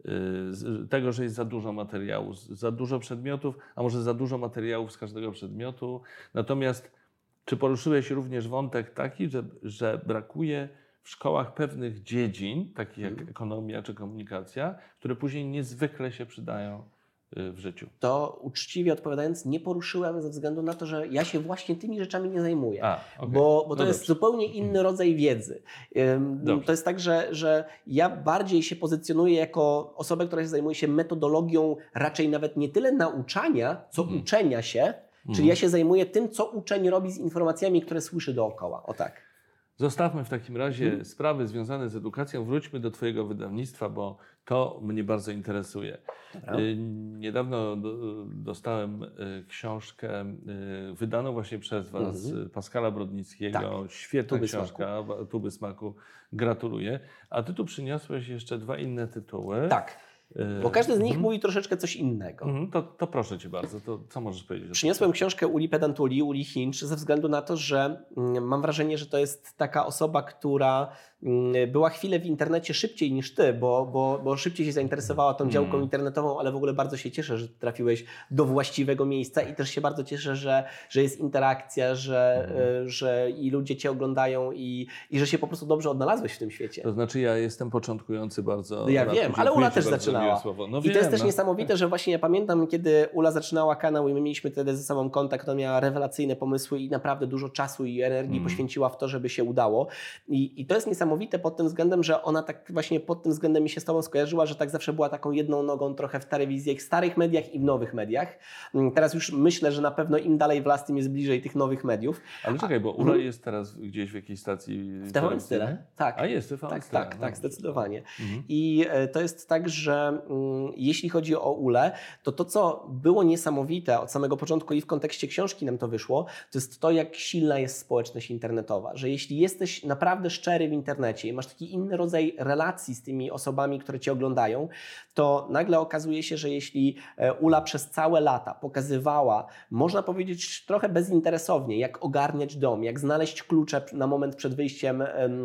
y, tego, że jest za dużo materiału, za dużo przedmiotów, a może za dużo materiałów z każdego przedmiotu. Natomiast czy poruszyłeś również wątek taki, że, że brakuje w szkołach pewnych dziedzin, takich jak hmm. ekonomia czy komunikacja, które później niezwykle się przydają w życiu? To uczciwie odpowiadając, nie poruszyłem ze względu na to, że ja się właśnie tymi rzeczami nie zajmuję. A, okay. Bo, bo to no jest dobrze. zupełnie inny rodzaj wiedzy. Dobrze. To jest tak, że, że ja bardziej się pozycjonuję jako osobę, która się zajmuje się metodologią raczej nawet nie tyle nauczania, co hmm. uczenia się. Hmm. Czyli ja się zajmuję tym, co uczeń robi z informacjami, które słyszy dookoła. O tak. Zostawmy w takim razie hmm. sprawy związane z edukacją. Wróćmy do twojego wydawnictwa, bo to mnie bardzo interesuje. Dobra. Niedawno dostałem książkę wydaną właśnie przez was, hmm. Pascala Brodnickiego. Tak. Świetna Tuby książka, smaku. Tuby smaku. Gratuluję. A ty tu przyniosłeś jeszcze dwa inne tytuły. Tak. Bo każdy z nich mm. mówi troszeczkę coś innego. Mm, to, to proszę Cię bardzo, to co możesz powiedzieć? Przyniosłem książkę Uli Pedantuli, Uli Hinch, ze względu na to, że mm, mam wrażenie, że to jest taka osoba, która mm, była chwilę w internecie szybciej niż Ty, bo, bo, bo szybciej się zainteresowała tą działką mm. internetową, ale w ogóle bardzo się cieszę, że trafiłeś do właściwego miejsca i też się bardzo cieszę, że, że jest interakcja, że, mm. y, że i ludzie Cię oglądają i, i że się po prostu dobrze odnalazłeś w tym świecie. To znaczy ja jestem początkujący bardzo. Ja wiem, ale Ula też zaczyna. No I wiem, to jest też no. niesamowite, że właśnie ja pamiętam, kiedy Ula zaczynała kanał i my mieliśmy wtedy ze sobą kontakt, ona miała rewelacyjne pomysły i naprawdę dużo czasu i energii mm. poświęciła w to, żeby się udało. I, I to jest niesamowite pod tym względem, że ona tak właśnie pod tym względem mi się z Tobą skojarzyła, że tak zawsze była taką jedną nogą trochę w telewizji, w starych mediach i w nowych mediach. Teraz już myślę, że na pewno im dalej w las, tym jest bliżej tych nowych mediów. Ale czekaj, bo Ula jest teraz gdzieś w jakiejś stacji w T V N Style. Tak. A jest w T V N Tak, Style. tak, tak, zdecydowanie. Mhm. I to jest tak, że jeśli chodzi o Ulę, to to, co było niesamowite od samego początku i w kontekście książki nam to wyszło, to jest to, jak silna jest społeczność internetowa. Że jeśli jesteś naprawdę szczery w internecie i masz taki inny rodzaj relacji z tymi osobami, które Cię oglądają, to nagle okazuje się, że jeśli Ula przez całe lata pokazywała, można powiedzieć trochę bezinteresownie, jak ogarniać dom, jak znaleźć klucze na moment przed wyjściem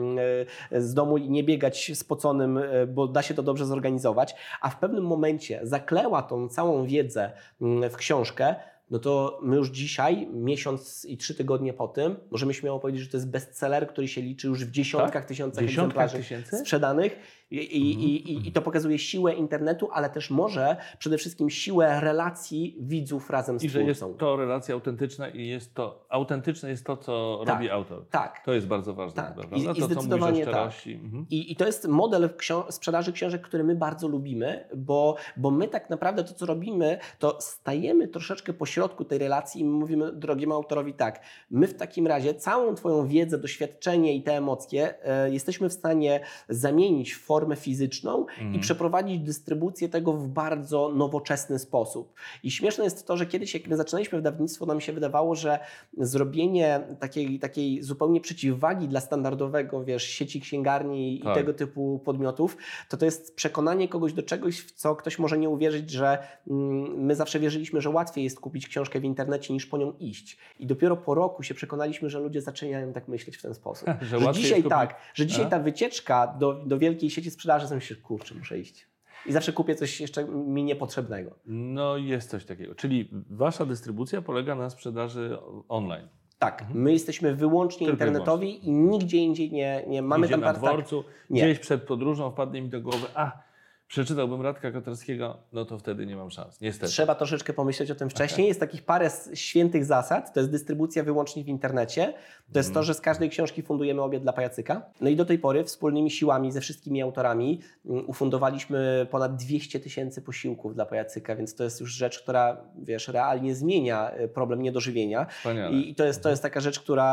z domu i nie biegać spoconym, bo da się to dobrze zorganizować, a w pewnym momencie zakleła tą całą wiedzę w książkę, no to my już dzisiaj, miesiąc i trzy tygodnie po tym, możemy śmiało powiedzieć, że to jest bestseller, który się liczy już w dziesiątkach tak? tysiącach egzemplarzy tysięcy? sprzedanych i, i, mm. i, i to pokazuje siłę internetu, ale też może przede wszystkim siłę relacji widzów razem z I twórcą. że jest to relacja autentyczna i jest to, autentyczne jest to, co tak, robi autor. Tak. To jest bardzo ważne. Tak. Prawda? I, to, i zdecydowanie co tak. Mhm. I, I to jest model książ- sprzedaży książek, który my bardzo lubimy, bo, bo my tak naprawdę to, co robimy, to stajemy troszeczkę pośrodku tej relacji i my mówimy drogiemu autorowi tak, my w takim razie całą Twoją wiedzę, doświadczenie i te emocje e, jesteśmy w stanie zamienić w formę fizyczną mm. i przeprowadzić dystrybucję tego w bardzo nowoczesny sposób. I śmieszne jest to, że kiedyś jak my zaczynaliśmy wydawnictwo, nam się wydawało, że zrobienie takiej, takiej zupełnie przeciwwagi dla standardowego, wiesz, sieci księgarni tak. i tego typu podmiotów, to to jest przekonanie kogoś do czegoś, w co ktoś może nie uwierzyć, że mm, my zawsze wierzyliśmy, że łatwiej jest kupić książkę w internecie niż po nią iść. I dopiero po roku się przekonaliśmy, że ludzie zaczynają tak myśleć w ten sposób. że, że dzisiaj tak, że dzisiaj A? ta wycieczka do, do wielkiej sieci sprzedaży, to myślę, kurczę, muszę iść. I zawsze kupię coś jeszcze mi niepotrzebnego. No jest coś takiego. Czyli wasza dystrybucja polega na sprzedaży online. Tak, mhm. my jesteśmy wyłącznie Tylko internetowi wyłącznie. i nigdzie indziej nie, nie mamy Gdzie tam na dworcu, tak, gdzieś przed podróżą wpadnie mi do głowy, a przeczytałbym Radka Kotarskiego, no to wtedy nie mam szans, niestety. Trzeba troszeczkę pomyśleć o tym wcześniej. Jest takich parę świętych zasad, to jest dystrybucja wyłącznie w internecie, to jest to, że z każdej książki fundujemy obiad dla pajacyka. No i do tej pory wspólnymi siłami ze wszystkimi autorami ufundowaliśmy ponad dwieście tysięcy posiłków dla pajacyka, więc to jest już rzecz, która, wiesz, realnie zmienia problem niedożywienia. Wspaniale. I to jest, to jest taka rzecz, która,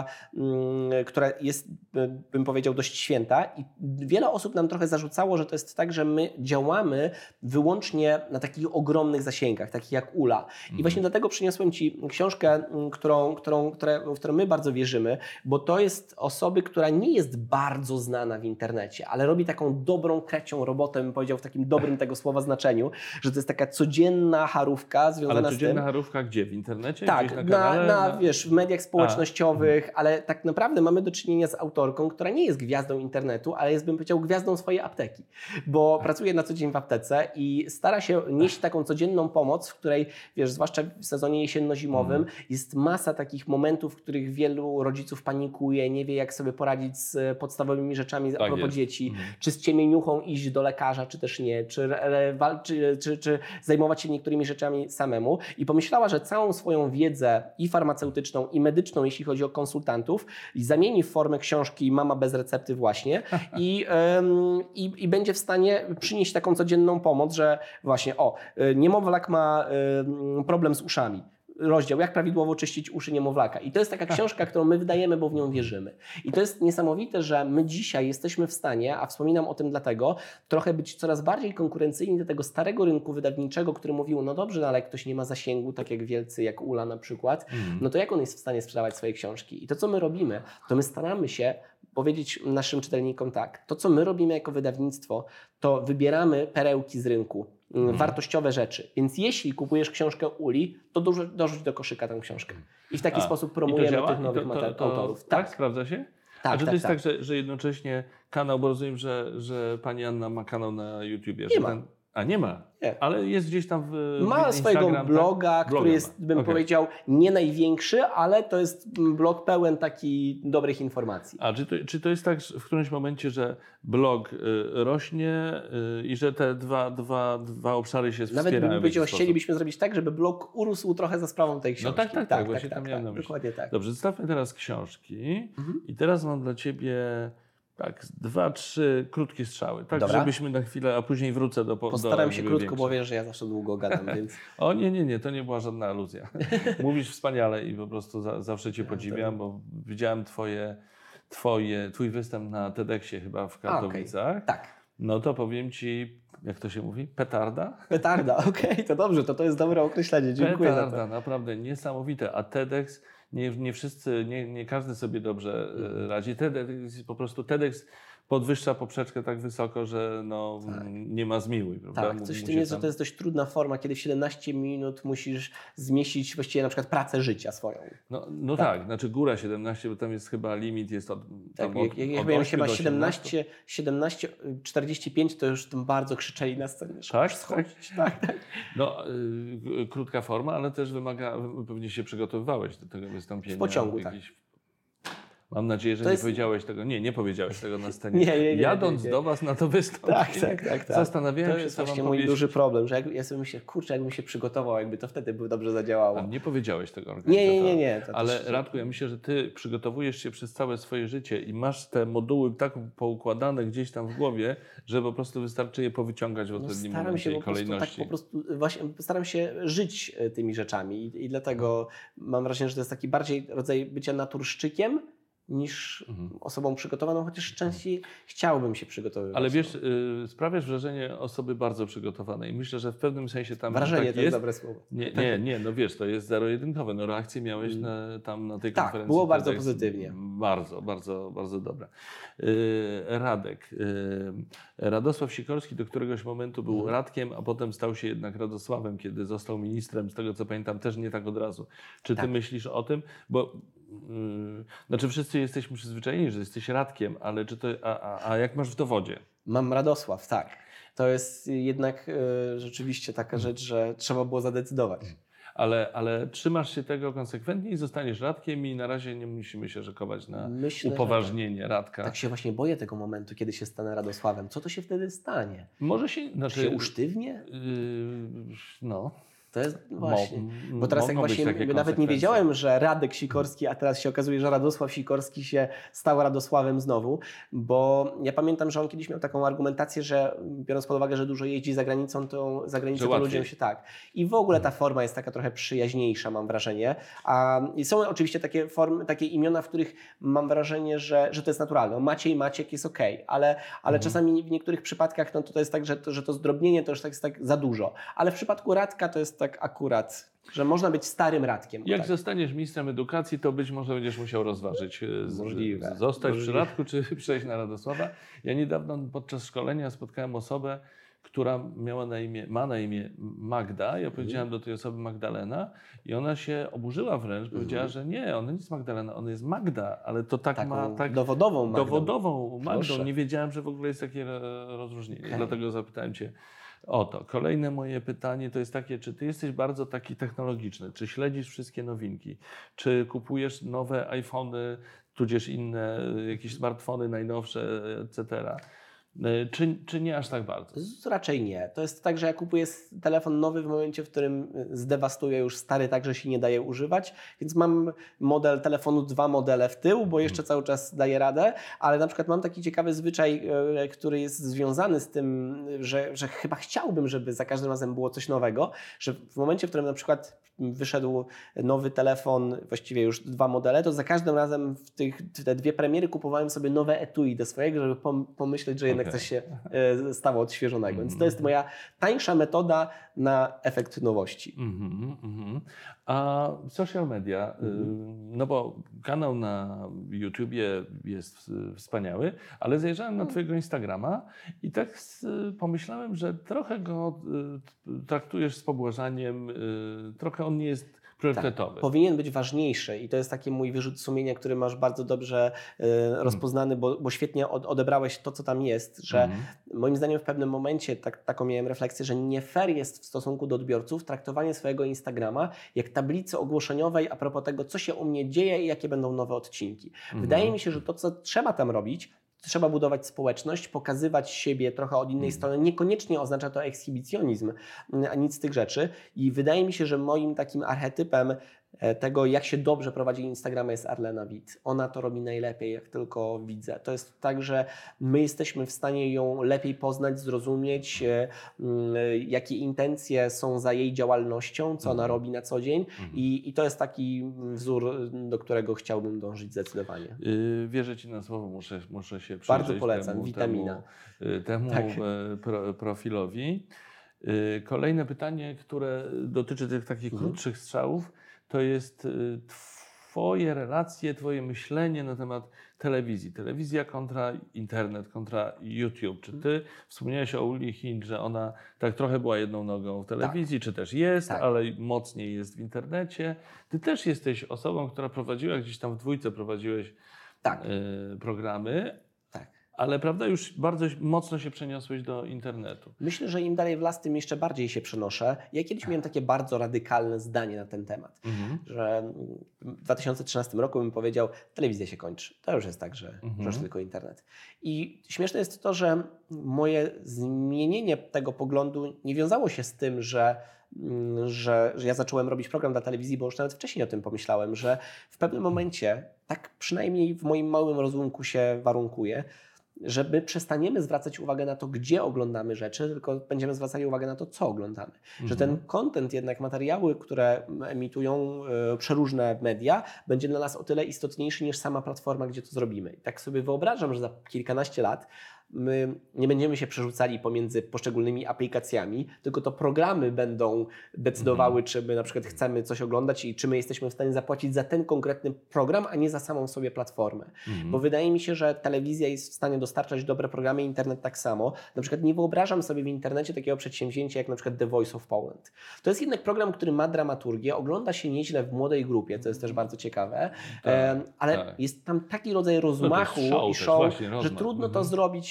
która jest, bym powiedział, dość święta i wiele osób nam trochę zarzucało, że to jest tak, że my działamy wyłącznie na takich ogromnych zasięgach, takich jak Ula. I mm. właśnie dlatego przyniosłem Ci książkę, którą, którą, które, w którą my bardzo wierzymy, bo to jest osoby, która nie jest bardzo znana w internecie, ale robi taką dobrą, krecią robotę, bym powiedział w takim dobrym tego słowa znaczeniu, że to jest taka codzienna charówka związana ale z tym. codzienna charówka gdzie? W internecie? Tak, Gdzieś na, kanale, na, na, na... wiesz, w mediach społecznościowych, A. ale tak naprawdę mamy do czynienia z autorką, która nie jest gwiazdą internetu, ale jest, bym powiedział, gwiazdą swojej apteki, bo pracuje na co dzień w aptece i stara się nieść taką codzienną pomoc, w której, wiesz, zwłaszcza w sezonie jesienno-zimowym mm. jest masa takich momentów, w których wielu rodziców panikuje, nie wie jak sobie poradzić z podstawowymi rzeczami tak a propos jest. dzieci, mm. czy z ciemieniuchą iść do lekarza, czy też nie, czy, czy, czy, czy zajmować się niektórymi rzeczami samemu i pomyślała, że całą swoją wiedzę i farmaceutyczną, i medyczną, jeśli chodzi o konsultantów, zamieni w formę książki Mama bez recepty właśnie i, ym, i, i będzie w stanie przynieść taką codzienną pomoc, że właśnie o, niemowlak ma ym, problem z uszami. Rozdział, jak prawidłowo czyścić uszy niemowlaka. I to jest taka książka, którą my wydajemy, bo w nią wierzymy. I to jest niesamowite, że my dzisiaj jesteśmy w stanie, a wspominam o tym dlatego, trochę być coraz bardziej konkurencyjni do tego starego rynku wydawniczego, który mówił, no dobrze, no ale jak ktoś nie ma zasięgu, tak jak wielcy, jak Ula na przykład, mm. no to jak on jest w stanie sprzedawać swoje książki? I to, co my robimy, to my staramy się powiedzieć naszym czytelnikom tak, to co my robimy jako wydawnictwo, to wybieramy perełki z rynku, hmm. wartościowe rzeczy. Więc jeśli kupujesz książkę Uli, to dorzuć do koszyka tę książkę. I w taki A, sposób promujemy tych nowych to, to, to, autorów. Tak, tak, sprawdza się? Tak, A czy tak, to jest tak, tak, że, że jednocześnie kanał, bo rozumiem, że, że pani Anna ma kanał na YouTubie. Nie ma. Ten... A nie ma, nie. ale jest gdzieś tam w Ma w swojego bloga, tak? który Bloga jest, ma. bym okay. powiedział, nie największy, ale to jest blog pełen takich dobrych informacji. A czy to, czy to jest tak w którymś momencie, że blog y, rośnie y, i że te dwa, dwa, dwa obszary się Nawet wspierają? Nawet bym chcielibyśmy zrobić tak, żeby blog urósł trochę za sprawą tej książki. No tak, tak, tak, tak właśnie tak, tam tak, miałem tak, na myśli. dokładnie tak. Dobrze, zostawmy teraz książki mhm. i teraz mam dla Ciebie tak, dwa, trzy krótkie strzały, tak, Dobra. żebyśmy na chwilę, a później wrócę do Postaram do, się krótko, większe. bo wiesz, że ja zawsze długo gadam, więc... O nie, nie, nie, to nie była żadna aluzja. Mówisz wspaniale i po prostu za, zawsze Cię podziwiam, bo widziałem twoje, twoje, Twój występ na TEDxie chyba w Katowicach. A, okay. Tak. No to powiem Ci, jak to się mówi? Petarda? Petarda, okej, okay, to dobrze, to to jest dobre określenie, dziękuję Petarda, za to. naprawdę niesamowite, a TEDx, nie, nie wszyscy, nie, nie każdy sobie dobrze mm. radzi. TEDx, po prostu TEDx podwyższa poprzeczkę tak wysoko, że no, tak. nie ma zmiłuj. Prawda? Tak, coś w tym jest, tam... że to jest dość trudna forma, kiedy w siedemnaście minut musisz zmieścić właściwie na przykład pracę życia swoją. No, no tak. tak, znaczy góra siedemnaście, bo tam jest chyba limit jest od tak, tam od, jak, jak od miałem chyba siedemnaście, siedemnaście czterdzieści pięć, to już tym bardzo krzyczeli na scenie. Tak? Schodzić. tak, tak. No, y, krótka forma, ale też wymaga, pewnie się przygotowywałeś do tego wystąpienia. W pociągu, jakiś... tak. Mam nadzieję, że to nie jest... powiedziałeś tego. Nie, nie powiedziałeś tego na scenie. nie, nie, nie, Jadąc nie, nie. do Was na to wystąpienie, tak, tak, tak, tak. zastanawiałem to się, jest co właśnie wam mój powiedzieć. duży problem, że jak, ja sobie myślę, kurczę, jakbym się przygotował, jakby to wtedy by dobrze zadziałało. A nie powiedziałeś tego organizatora. Nie, nie, nie. nie. To Ale też... Radku, ja myślę, że Ty przygotowujesz się przez całe swoje życie i masz te moduły tak poukładane gdzieś tam w głowie, że po prostu wystarczy je powyciągać w odpowiednim no, momencie się i kolejności. Tak po prostu właśnie staram się żyć tymi rzeczami i, i dlatego mam wrażenie, że to jest taki bardziej rodzaj bycia naturszczykiem, niż mhm. osobą przygotowaną, chociaż częściej chciałbym się przygotowywać. Ale wiesz, y, sprawiasz wrażenie osoby bardzo przygotowanej. Myślę, że w pewnym sensie tam wrażenie tak to jest dobre słowo. Nie, nie, nie, no wiesz, to jest zero-jedynkowe. No reakcje miałeś mm. na, tam na tej tak, konferencji. było bardzo jest pozytywnie. Bardzo, bardzo, bardzo dobre. Y, Radek. Y, Radosław Sikorski do któregoś momentu był mm. Radkiem, a potem stał się jednak Radosławem, kiedy został ministrem, z tego co pamiętam, też nie tak od razu. Czy ty tak. myślisz o tym? Bo Yy, znaczy wszyscy jesteśmy przyzwyczajeni, że jesteś Radkiem, ale czy to, a, a, a jak masz w dowodzie? Mam Radosław, tak. To jest jednak y, rzeczywiście taka rzecz, że trzeba było zadecydować. ale, ale trzymasz się tego konsekwentnie i zostaniesz Radkiem i na razie nie musimy się szykować na Myślę, upoważnienie tak. Radka. Tak się właśnie boję tego momentu, kiedy się stanę Radosławem. Co to się wtedy stanie? Może się... Znaczy, Czy się usztywnie? Yy, no... To jest właśnie, Mo, bo teraz jak właśnie nawet nie wiedziałem, że Radek Sikorski, a teraz się okazuje, że Radosław Sikorski się stał Radosławem znowu, bo ja pamiętam, że on kiedyś miał taką argumentację, że biorąc pod uwagę, że dużo jeździ za granicą, to za granicą to ludziom się tak. I w ogóle ta forma jest taka trochę przyjaźniejsza, mam wrażenie. A są oczywiście takie formy, takie imiona, w których mam wrażenie, że, że to jest naturalne. Maciej, Maciek jest okej, okay, ale, ale mhm. czasami w niektórych przypadkach no, to, to jest tak, że to, że to zdrobnienie to już tak jest tak za dużo. Ale w przypadku Radka to jest tak akurat, że można być starym Radkiem. Jak tak. zostaniesz ministrem edukacji, to być może będziesz musiał rozważyć, Możliwe. zostać Możliwe. przy Radku, czy przejść na Radosława. Ja niedawno podczas szkolenia spotkałem osobę, która miała na imię, ma na imię Magda. Ja powiedziałem mm. do tej osoby Magdalena i ona się oburzyła wręcz. Powiedziała, mm. że nie, ona nie jest Magdalena, ona jest Magda, ale to tak Taką ma... Tak, dowodową Magdą. Dowodową Magdą. Proszę. Nie wiedziałem, że w ogóle jest takie rozróżnienie. Okay. Dlatego zapytałem Cię o to. Kolejne moje pytanie to jest takie, czy Ty jesteś bardzo taki technologiczny? Czy śledzisz wszystkie nowinki? Czy kupujesz nowe iPhony, tudzież inne, jakieś smartfony najnowsze, et cetera? Czy, czy nie aż tak bardzo? Raczej nie. To jest tak, że ja kupuję telefon nowy w momencie, w którym zdewastuję już stary tak, że się nie daje używać, więc mam model telefonu, dwa modele w tył, bo jeszcze cały czas daje radę, ale na przykład mam taki ciekawy zwyczaj, który jest związany z tym, że, że chyba chciałbym, żeby za każdym razem było coś nowego, że w momencie, w którym na przykład wyszedł nowy telefon, właściwie już dwa modele, to za każdym razem w tych w te dwie premiery kupowałem sobie nowe etui do swojego, żeby pomyśleć, że jednak okay. coś się stało odświeżonego. Więc to jest moja tańsza metoda na efekt nowości. Mm-hmm, mm-hmm. A social media, mm-hmm. no bo kanał na YouTubie jest wspaniały, ale zajrzałem na Twojego Instagrama i tak pomyślałem, że trochę go traktujesz z pobłażaniem, trochę on nie jest priorytetowy. Tak, powinien być ważniejszy i to jest taki mój wyrzut sumienia, który masz bardzo dobrze y, rozpoznany, bo, bo świetnie od, odebrałeś to, co tam jest, że mm. moim zdaniem w pewnym momencie tak, taką miałem refleksję, że nie fair jest w stosunku do odbiorców traktowanie swojego Instagrama jak tablicy ogłoszeniowej a propos tego, co się u mnie dzieje i jakie będą nowe odcinki. Mm. Wydaje mi się, że to, co trzeba tam robić, trzeba budować społeczność, pokazywać siebie trochę od innej hmm. strony. Niekoniecznie oznacza to ekshibicjonizm, a nic z tych rzeczy. I wydaje mi się, że moim takim archetypem tego, jak się dobrze prowadzi Instagrama, jest Arlena Witt. Ona to robi najlepiej, jak tylko widzę. To jest tak, że my jesteśmy w stanie ją lepiej poznać, zrozumieć, jakie intencje są za jej działalnością, co ona robi na co dzień. Mhm. I, I to jest taki wzór, do którego chciałbym dążyć zdecydowanie. Yy, wierzę Ci na słowo, muszę, muszę się przyjrzeć Bardzo polecam, temu, witamina. Temu, temu tak. pro, profilowi. Yy, kolejne pytanie, które dotyczy tych takich mhm. krótszych strzałów, to jest Twoje relacje, Twoje myślenie na temat telewizji. Telewizja kontra internet, kontra YouTube. Czy Ty wspomniałeś o Uli Hind, że ona tak trochę była jedną nogą w telewizji, tak. czy też jest, tak. ale mocniej jest w internecie. Ty też jesteś osobą, która prowadziła, gdzieś tam w dwójce prowadziłeś tak. y, programy. Ale prawda, już bardzo mocno się przeniosłeś do internetu. Myślę, że im dalej w las, tym jeszcze bardziej się przenoszę. Ja kiedyś miałem takie bardzo radykalne zdanie na ten temat, mhm. że w dwa tysiące trzynastym roku bym powiedział, telewizja się kończy. To już jest tak, że, mhm. że już tylko internet. I śmieszne jest to, że moje zmienienie tego poglądu nie wiązało się z tym, że Że, że ja zacząłem robić program dla telewizji, bo już nawet wcześniej o tym pomyślałem, że w pewnym momencie, tak przynajmniej w moim małym rozumku się warunkuje, że my przestaniemy zwracać uwagę na to, gdzie oglądamy rzeczy, tylko będziemy zwracali uwagę na to, co oglądamy. Mhm. Że ten content, jednak materiały, które emitują y, przeróżne media, będzie dla nas o tyle istotniejszy niż sama platforma, gdzie to zrobimy. I tak sobie wyobrażam, że za kilkanaście lat my nie będziemy się przerzucali pomiędzy poszczególnymi aplikacjami, tylko to programy będą decydowały, mm. czy my na przykład chcemy coś oglądać i czy my jesteśmy w stanie zapłacić za ten konkretny program, a nie za samą sobie platformę. Mm. Bo wydaje mi się, że telewizja jest w stanie dostarczać dobre programy, internet tak samo. Na przykład nie wyobrażam sobie w internecie takiego przedsięwzięcia jak na przykład The Voice of Poland. To jest jednak program, który ma dramaturgię, ogląda się nieźle w młodej grupie, co jest też bardzo ciekawe, tak, ale tak. jest tam taki rodzaj rozmachu no show i show, że trudno mm. to zrobić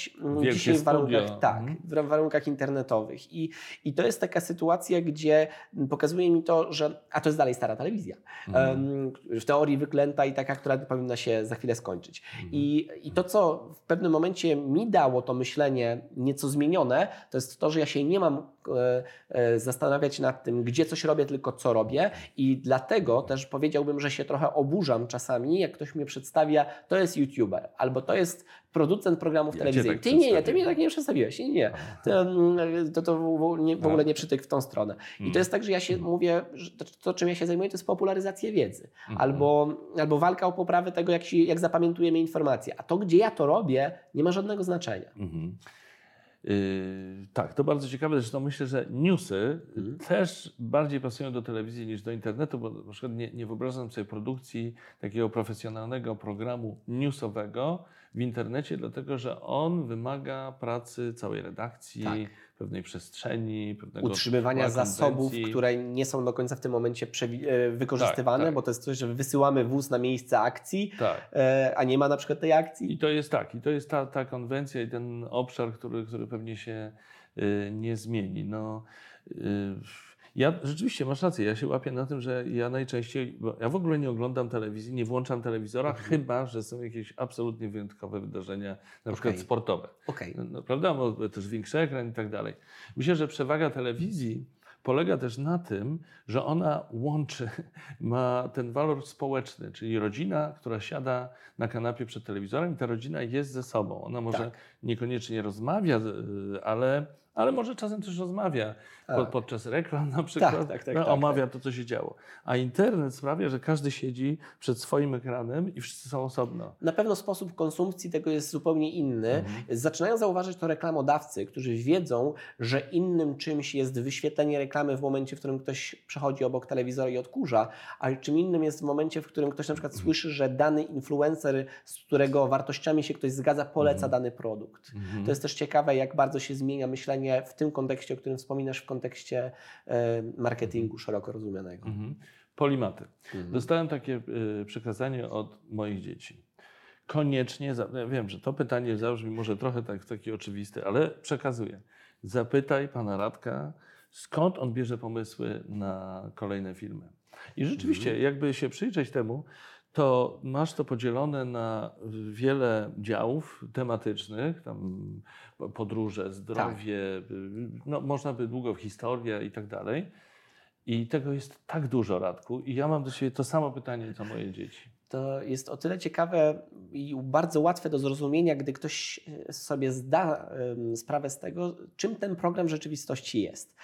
pracować Wielkie dzisiaj w warunkach, studio. tak, Mhm. w warunkach internetowych. I, I to jest taka sytuacja, gdzie pokazuje mi to, że, a to jest dalej stara telewizja, mhm. w teorii wyklęta i taka, która powinna się za chwilę skończyć. Mhm. I, I to, co w pewnym momencie mi dało to myślenie nieco zmienione, to jest to, że ja się nie mam e, e, zastanawiać nad tym, gdzie coś robię, tylko co robię. I dlatego też powiedziałbym, że się trochę oburzam czasami, jak ktoś mnie przedstawia, to jest YouTuber, albo to jest producent programów ja telewizyjnych. Tak ty nie, nie, ty mnie tak nie przedstawiłeś. Nie, nie. To, to, to w, nie, w ogóle nie przytyk w tą stronę. I to jest tak, że ja się mm. mówię, że to, to, czym ja się zajmuję, to jest popularyzacja wiedzy. Mm. Albo, albo walka o poprawę tego, jak, się, jak zapamiętujemy informacje. A to, gdzie ja to robię, nie ma żadnego znaczenia. Mm. Yy, tak, to bardzo ciekawe. Zresztą myślę, że newsy mm. też bardziej pasują do telewizji niż do internetu, bo na przykład nie, nie wyobrażam sobie produkcji takiego profesjonalnego programu newsowego w internecie, dlatego że on wymaga pracy całej redakcji, tak. pewnej przestrzeni, pewnego utrzymywania zasobów, które nie są do końca w tym momencie wykorzystywane, tak, tak. bo to jest coś, że wysyłamy wóz na miejsce akcji, tak. a nie ma na przykład tej akcji. I to jest tak, i to jest ta, ta konwencja i ten obszar, który, który pewnie się y, nie zmieni. No, y, ja rzeczywiście, masz rację, ja się łapię na tym, że ja najczęściej, bo ja w ogóle nie oglądam telewizji, nie włączam telewizora, mhm. chyba że są jakieś absolutnie wyjątkowe wydarzenia, na okay. przykład sportowe. Okay. No, no, prawda? Bo też większy ekran i tak dalej. Myślę, że przewaga telewizji polega też na tym, że ona łączy, ma ten walor społeczny, czyli rodzina, która siada na kanapie przed telewizorem i ta rodzina jest ze sobą. Ona może tak. niekoniecznie rozmawia, ale, ale może czasem też rozmawia tak. pod, podczas reklam na przykład, tak, tak, tak, no, tak, omawia tak. to, co się działo. A internet sprawia, że każdy siedzi przed swoim ekranem i wszyscy są osobno. Na pewno sposób konsumpcji tego jest zupełnie inny. Mhm. Zaczynają zauważyć to reklamodawcy, którzy wiedzą, że innym czymś jest wyświetlenie reklamy w momencie, w którym ktoś przechodzi obok telewizora i odkurza, a czym innym jest w momencie, w którym ktoś na przykład mhm. słyszy, że dany influencer, z którego wartościami się ktoś zgadza, poleca mhm. dany produkt. Mhm. To jest też ciekawe, jak bardzo się zmienia myślenie w tym kontekście, o którym wspominasz, w kontekście e, marketingu szeroko rozumianego. Mhm. Polimaty. Mhm. Dostałem takie y, przekazanie od moich dzieci. Koniecznie, ja wiem, że to pytanie zabrzmi może trochę tak, taki oczywisty, ale przekazuję. Zapytaj pana Radka, skąd on bierze pomysły na kolejne filmy. I rzeczywiście, mhm. jakby się przyjrzeć temu, to masz to podzielone na wiele działów tematycznych, tam podróże, zdrowie, tak. no, można by długo w historię i tak dalej. I tego jest tak dużo, Radku. I ja mam do siebie to samo pytanie, co moje dzieci. To jest o tyle ciekawe i bardzo łatwe do zrozumienia, gdy ktoś sobie zda sprawę z tego, czym ten program w rzeczywistości jest.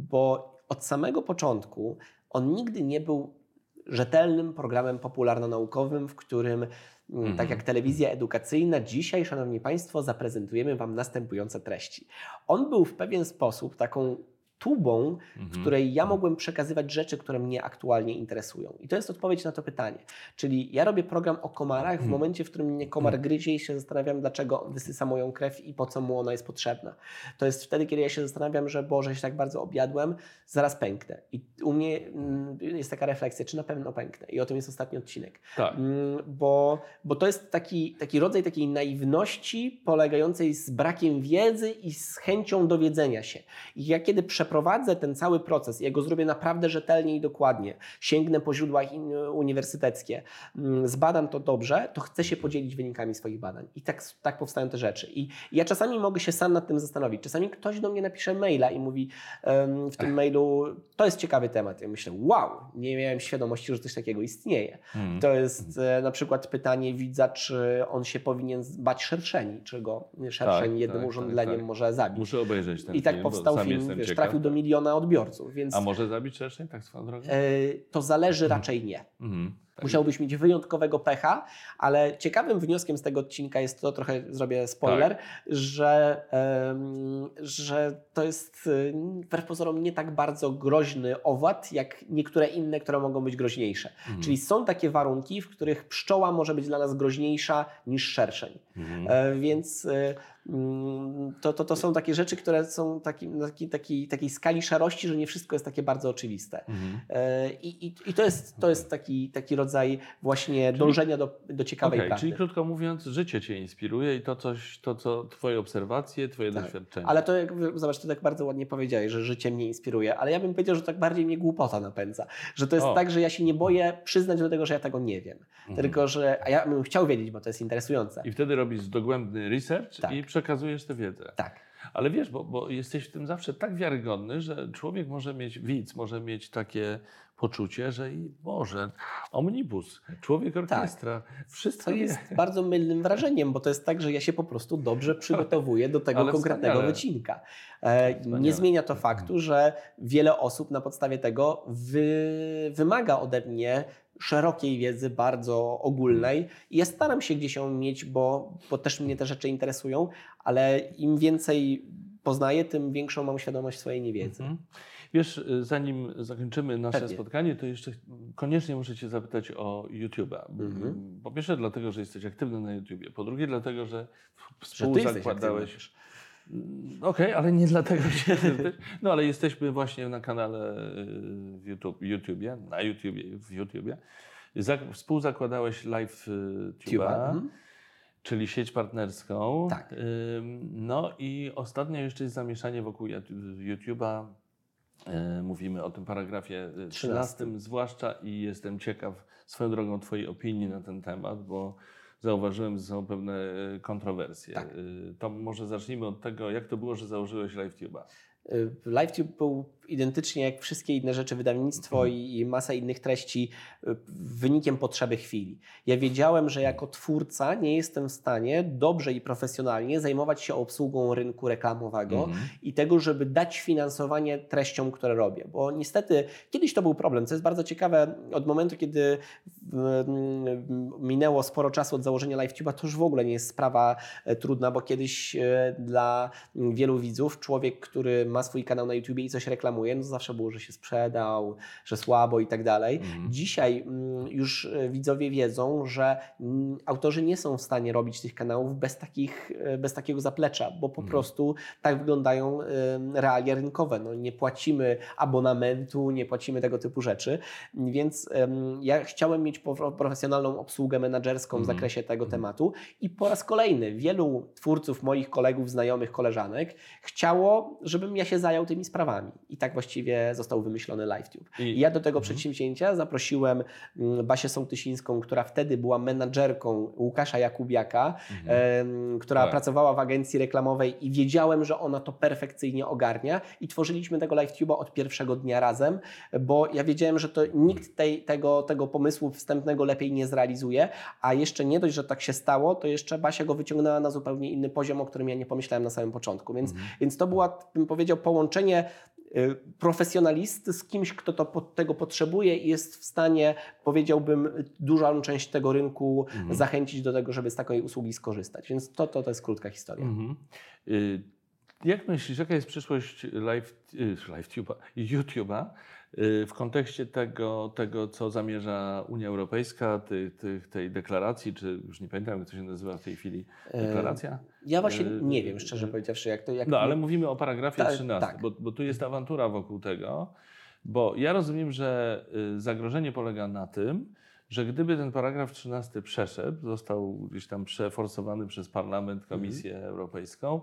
Bo od samego początku on nigdy nie był rzetelnym programem popularno-naukowym, w którym, mm. tak jak telewizja edukacyjna, dzisiaj, Szanowni Państwo, zaprezentujemy Wam następujące treści. On był w pewien sposób taką tubą, mhm. w której ja mogłem przekazywać rzeczy, które mnie aktualnie interesują. I to jest odpowiedź na to pytanie. Czyli ja robię program o komarach mhm. w momencie, w którym mnie komar mhm. gryzie i się zastanawiam, dlaczego on wysysa moją krew i po co mu ona jest potrzebna. To jest wtedy, kiedy ja się zastanawiam, że Boże, się tak bardzo objadłem, zaraz pęknę. I u mnie mm, jest taka refleksja, czy na pewno pęknę. I o tym jest ostatni odcinek. Tak. Mm, bo, bo to jest taki, taki rodzaj takiej naiwności polegającej z brakiem wiedzy i z chęcią dowiedzenia się. I ja kiedy przeprowadzę ten cały proces, ja go zrobię naprawdę rzetelnie i dokładnie, sięgnę po źródła uniwersyteckie, zbadam to dobrze, to chcę się podzielić wynikami swoich badań. I tak, tak powstają te rzeczy. I ja czasami mogę się sam nad tym zastanowić. Czasami ktoś do mnie napisze maila i mówi um, w tym mailu, to jest ciekawy temat. Ja myślę, wow, nie miałem świadomości, że coś takiego istnieje. Hmm. To jest e, na przykład pytanie widza, czy on się powinien bać szerszeni, czy go szerszeń tak, jednym tak, urządzeniem tak, tak. może zabić. Muszę obejrzeć ten I tak film, powstał film, wiesz, trafił do miliona odbiorców. Więc, a może zabić szerszeń, tak swoją drogą? E, to zależy hmm. raczej nie. Hmm. Musiałbyś mieć wyjątkowego pecha, ale ciekawym wnioskiem z tego odcinka jest to, trochę zrobię spoiler, tak. że, um, że to jest wbrew pozorom nie tak bardzo groźny owad, jak niektóre inne, które mogą być groźniejsze. Mhm. Czyli są takie warunki, w których pszczoła może być dla nas groźniejsza niż szerszeń. Mhm. E, więc e, to, to, to są takie rzeczy, które są taki, taki, taki, takiej skali szarości, że nie wszystko jest takie bardzo oczywiste. Mhm. I, i, i to jest, to jest taki, taki rodzaj właśnie czyli, dążenia do, do ciekawej okay, prawdy. Czyli krótko mówiąc, życie Cię inspiruje i to coś, to co Twoje obserwacje, Twoje tak. doświadczenia. Ale to, jak zobacz, Ty tak bardzo ładnie powiedziałeś, że życie mnie inspiruje, ale ja bym powiedział, że tak bardziej mnie głupota napędza. Że to jest o. tak, że ja się nie boję przyznać do tego, że ja tego nie wiem. Mhm. Tylko, że a ja bym chciał wiedzieć, bo to jest interesujące. I wtedy robisz dogłębny research tak. i przekazujesz tę wiedzę. Tak. Ale wiesz, bo, bo jesteś w tym zawsze tak wiarygodny, że człowiek może mieć, widz może mieć takie poczucie, że i Boże, omnibus, człowiek orkiestra, tak. wszystko To jest wie. bardzo mylnym wrażeniem, bo to jest tak, że ja się po prostu dobrze przygotowuję do tego Ale konkretnego wspaniale. wycinka. E, nie zmienia to faktu, że wiele osób na podstawie tego wy, wymaga ode mnie szerokiej wiedzy, bardzo ogólnej i ja staram się gdzieś ją mieć, bo, bo też mnie te rzeczy interesują, ale im więcej poznaję, tym większą mam świadomość swojej niewiedzy. Mhm. Wiesz, zanim zakończymy nasze Pewnie. spotkanie, to jeszcze koniecznie muszę Cię zapytać o YouTube'a. Mhm. Po pierwsze dlatego, że jesteś aktywny na YouTubie, po drugie dlatego, że współzakładałeś... Okej, okay, ale nie dlatego się... No ale jesteśmy właśnie na kanale w YouTube, YouTubie, na YouTubie, w YouTubie. Współzakładałeś LiveTube'a, mhm. czyli sieć partnerską. Tak. No i ostatnio jeszcze jest zamieszanie wokół YouTube'a. Mówimy o tym paragrafie trzynastym zwłaszcza i jestem ciekaw swoją drogą Twojej opinii na ten temat, bo zauważyłem, że są pewne kontrowersje. Tak. To może zacznijmy od tego, jak to było, że założyłeś LiveTube'a. LiveTube był identycznie jak wszystkie inne rzeczy, wydawnictwo mm. i, i masa innych treści wynikiem potrzeby chwili. Ja wiedziałem, że jako twórca nie jestem w stanie dobrze i profesjonalnie zajmować się obsługą rynku reklamowego mm. i tego, żeby dać finansowanie treściom, które robię. Bo niestety kiedyś to był problem, co jest bardzo ciekawe, od momentu, kiedy minęło sporo czasu od założenia LiveTube'a, to już w ogóle nie jest sprawa trudna, bo kiedyś dla wielu widzów człowiek, który ma swój kanał na YouTubie i coś reklamuje, no to zawsze było, że się sprzedał, że słabo i tak dalej. Mm. Dzisiaj mm, już widzowie wiedzą, że mm, autorzy nie są w stanie robić tych kanałów bez, takich, bez takiego zaplecza, bo po mm. prostu tak wyglądają y, realia rynkowe. No, nie płacimy abonamentu, nie płacimy tego typu rzeczy, więc y, ja chciałem mieć profesjonalną obsługę menadżerską mm. w zakresie tego mm. tematu i po raz kolejny wielu twórców, moich kolegów, znajomych, koleżanek chciało, żebym ja się zajął tymi sprawami. I tak właściwie został wymyślony LiveTube. I, I ja do tego mhm. przedsięwzięcia zaprosiłem Basię Sołtysińską, która wtedy była menadżerką Łukasza Jakubiaka, mhm. e, która tak. pracowała w agencji reklamowej i wiedziałem, że ona to perfekcyjnie ogarnia i tworzyliśmy tego LiveTube'a od pierwszego dnia razem, bo ja wiedziałem, że to nikt tej, tego, tego pomysłu wstępnego lepiej nie zrealizuje, a jeszcze nie dość, że tak się stało, to jeszcze Basia go wyciągnęła na zupełnie inny poziom, o którym ja nie pomyślałem na samym początku. Więc, mhm. więc to była, bym powiedział, połączenie profesjonalisty z kimś, kto to, tego potrzebuje i jest w stanie, powiedziałbym, dużą część tego rynku mhm. zachęcić do tego, żeby z takiej usługi skorzystać. Więc to, to, to jest krótka historia. Mhm. Y- Jak myślisz, jaka jest przyszłość live, LiveTube'a, YouTube'a w kontekście tego, tego, co zamierza Unia Europejska, tej, tej, tej deklaracji, czy już nie pamiętam, jak to się nazywa w tej chwili, deklaracja? Ja właśnie nie wiem, szczerze powiedziawszy, jak to... Jak no, ale mówimy o paragrafie Ta, trzynastym, tak. bo, bo tu jest awantura wokół tego, bo ja rozumiem, że zagrożenie polega na tym, że gdyby ten paragraf trzynasty przeszedł, został gdzieś tam przeforsowany przez Parlament, Komisję mhm. Europejską,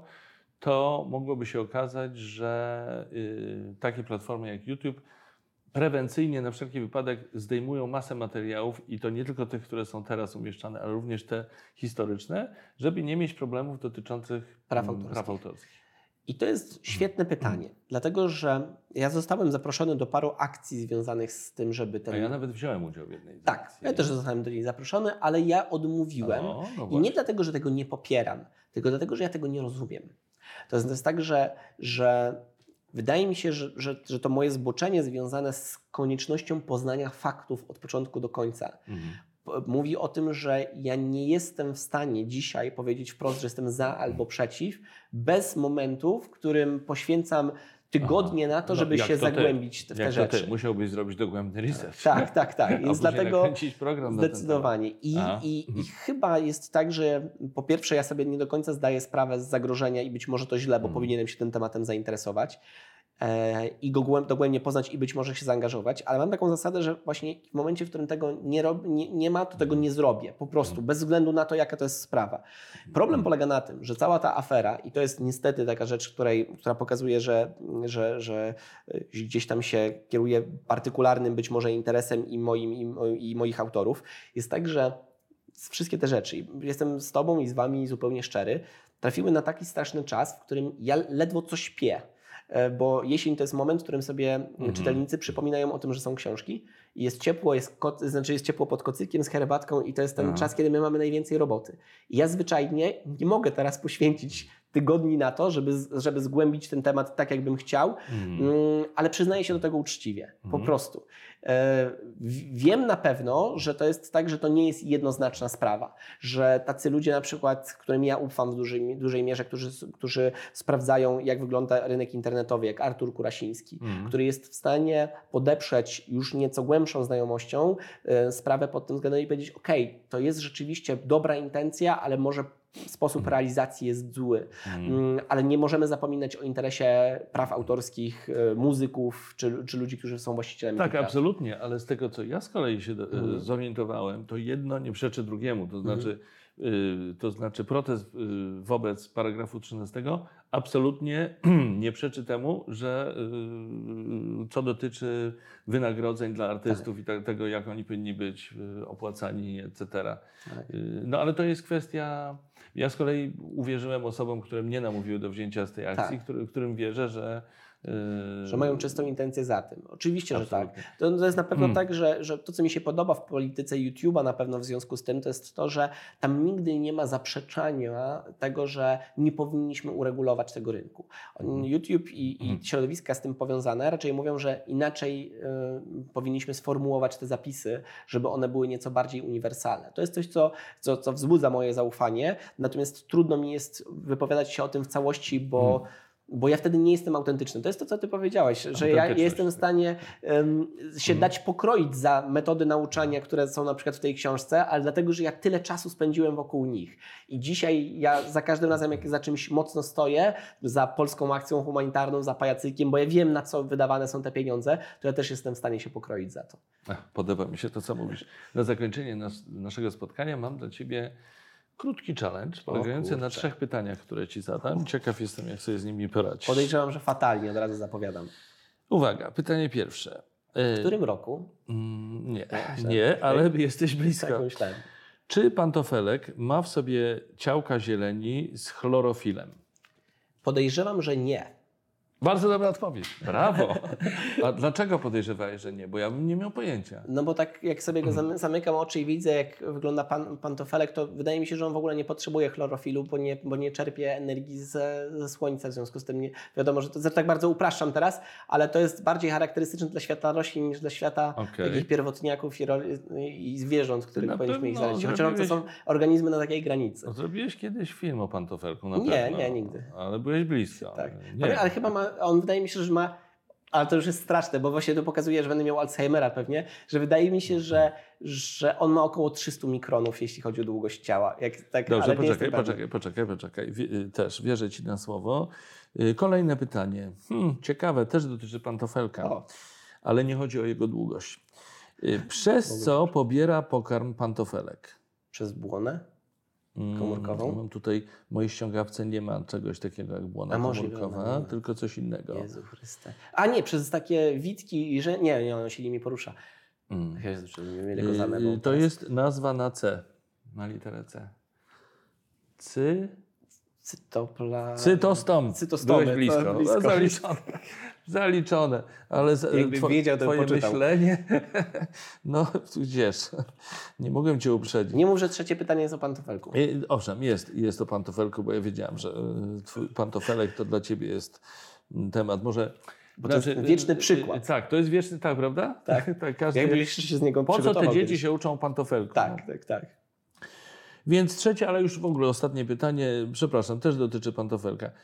to mogłoby się okazać, że y, takie platformy jak YouTube prewencyjnie na wszelki wypadek zdejmują masę materiałów i to nie tylko tych, które są teraz umieszczane, ale również te historyczne, żeby nie mieć problemów dotyczących praw autorskich. Praw autorskich. I to jest świetne pytanie, hmm. dlatego że ja zostałem zaproszony do paru akcji związanych z tym, żeby ten... A ja nawet wziąłem udział w jednej z Tak, akcji. ja też zostałem do niej zaproszony, ale ja odmówiłem o, no i nie dlatego, że tego nie popieram, tylko dlatego, że ja tego nie rozumiem. To jest, to jest tak, że, że wydaje mi się, że, że, że to moje zboczenie związane z koniecznością poznania faktów od początku do końca mhm. mówi o tym, że ja nie jestem w stanie dzisiaj powiedzieć wprost, że jestem za albo przeciw, bez momentu, w którym poświęcam tygodnie Aha. na to, żeby no, się zagłębić ty? w te jak rzeczy. Ty? Musiałbyś zrobić dogłębny research. Tak, tak, tak. Więc dlatego program zdecydowanie. I, i, I chyba jest tak, że po pierwsze ja sobie nie do końca zdaję sprawę z zagrożenia i być może to źle, bo hmm. powinienem się tym tematem zainteresować i go dogłębnie poznać i być może się zaangażować, ale mam taką zasadę, że właśnie w momencie, w którym tego nie, rob, nie, nie ma, to tego nie zrobię, po prostu, bez względu na to, jaka to jest sprawa. Problem polega na tym, że cała ta afera, i to jest niestety taka rzecz, której, która pokazuje, że, że, że gdzieś tam się kieruje partykularnym być może interesem i, moim, i, i moich autorów, jest tak, że wszystkie te rzeczy, jestem z Tobą i z Wami zupełnie szczery, trafiły na taki straszny czas, w którym ja ledwo co śpię. Bo jesień to jest moment, w którym sobie mhm. czytelnicy przypominają o tym, że są książki i jest ciepło, jest, ko- znaczy jest ciepło pod kocykiem z herbatką i to jest ten Aha. czas, kiedy my mamy najwięcej roboty. I ja zwyczajnie nie mogę teraz poświęcić tygodni na to, żeby, żeby zgłębić ten temat tak, jakbym chciał, mhm. ale przyznaję się do tego uczciwie, mhm. po prostu. Wiem na pewno, że to jest tak, że to nie jest jednoznaczna sprawa, że tacy ludzie na przykład, którym ja ufam w dużej, dużej mierze, którzy, którzy sprawdzają, jak wygląda rynek internetowy, jak Artur Kurasiński, mm. który jest w stanie podeprzeć już nieco głębszą znajomością sprawę pod tym względem i powiedzieć, ok, to jest rzeczywiście dobra intencja, ale może sposób mm. realizacji jest zły, mm. ale nie możemy zapominać o interesie praw autorskich muzyków czy, czy ludzi, którzy są właścicielami. Tak, absolutnie, ale z tego, co ja z kolei się mm. zorientowałem, to jedno nie przeczy drugiemu, to znaczy, mm. y, to znaczy protest y, wobec paragrafu trzynastego absolutnie nie przeczy temu, że y, co dotyczy wynagrodzeń dla artystów tak. i tak, tego, jak oni powinni być y, opłacani, et cetera. Tak. Y, no ale to jest kwestia. Ja z kolei uwierzyłem osobom, które mnie namówiły do wzięcia z tej akcji, tak. który, którym wierzę, że Yy... Że mają czystą intencję za tym. Oczywiście, Absolutnie. że tak. To, to jest na pewno hmm. tak, że, że to, co mi się podoba w polityce YouTube'a na pewno w związku z tym, to jest to, że tam nigdy nie ma zaprzeczania tego, że nie powinniśmy uregulować tego rynku. Hmm. YouTube i, i środowiska z tym powiązane raczej mówią, że inaczej y, powinniśmy sformułować te zapisy, żeby one były nieco bardziej uniwersalne. To jest coś, co, co, co wzbudza moje zaufanie, natomiast trudno mi jest wypowiadać się o tym w całości, bo hmm. Bo ja wtedy nie jestem autentyczny. To jest to, co ty powiedziałeś, że ja jestem w stanie um, się mm. dać pokroić za metody nauczania, które są na przykład w tej książce, ale dlatego, że ja tyle czasu spędziłem wokół nich. I dzisiaj ja za każdym razem, jak za czymś mocno stoję, za polską akcją humanitarną, za pajacykiem, bo ja wiem, na co wydawane są te pieniądze, to ja też jestem w stanie się pokroić za to. Ach, podoba mi się to, co mówisz. Na zakończenie nas, naszego spotkania mam dla ciebie krótki challenge, polegający na trzech pytaniach, które ci zadam. Ciekaw jestem, jak sobie z nimi poradzić. Podejrzewam, że fatalnie, od razu zapowiadam. Uwaga, pytanie pierwsze. W którym roku? Mm, nie, nie, ale jesteś blisko. Tak myślałem. Czy pantofelek ma w sobie ciałka zieleni z chlorofilem? Podejrzewam, że nie. Bardzo dobra odpowiedź. Brawo. A dlaczego podejrzewałeś, że nie? Bo ja bym nie miał pojęcia. No bo tak jak sobie go zamykam oczy i widzę, jak wygląda pan, pantofelek, to wydaje mi się, że on w ogóle nie potrzebuje chlorofilu, bo nie, bo nie czerpie energii ze, ze słońca. W związku z tym nie, wiadomo, że to że tak bardzo upraszczam teraz, ale to jest bardziej charakterystyczne dla świata roślin niż dla świata okay. takich pierwotniaków i, i zwierząt, których na powinniśmy ich znaleźć. Chociaż zrobiłeś... to są organizmy na takiej granicy. No, zrobiłeś kiedyś film o pantofelku na nie, pewno. Nie, nigdy. Ale byłeś blisko. Tak. Nie. Ale chyba ma on wydaje mi się, że ma, ale to już jest straszne, bo właśnie to pokazuje, że będę miał Alzheimera pewnie, że wydaje mi się, że, że on ma około trzysta mikronów, jeśli chodzi o długość ciała. Jak, tak, Dobrze, ale poczekaj, poczekaj, poczekaj, poczekaj. Też wierzę ci na słowo. Kolejne pytanie. Hmm, ciekawe, też dotyczy pantofelka, o. ale nie chodzi o jego długość. Przez co pobiera pokarm pantofelek? Przez błonę komórkową? Mam tutaj, w mojej ściągawce nie ma czegoś takiego jak błona komórkowa, tylko coś innego. Jezu Chryste. A nie, przez takie witki i że... Nie, nie, on się nimi porusza. Mm. Yy, to jest nazwa na C, na literę C. Cy... Cytopla... Cytostom. Cytostomy. Byłeś blisko. blisko. Zaliczone. Zaliczone. Ale jakby two, wiedział, to twoje poczytał. myślenie... No, gdzież? Nie mogłem cię uprzedzić. Nie mów, że trzecie pytanie jest o pantofelku. Owszem, jest, jest o pantofelku, bo ja wiedziałem, że twój pantofelek to dla ciebie jest temat. Może... Bo to znaczy, jest wieczny przykład. Tak, to jest wieczny, tak, prawda? Tak. tak każdy... Jakbyś się z niego Po co te dzieci kiedyś. się uczą pantofelku? Tak, no. tak, tak. Więc trzecie, ale już w ogóle ostatnie pytanie, przepraszam, też dotyczy pantofelka.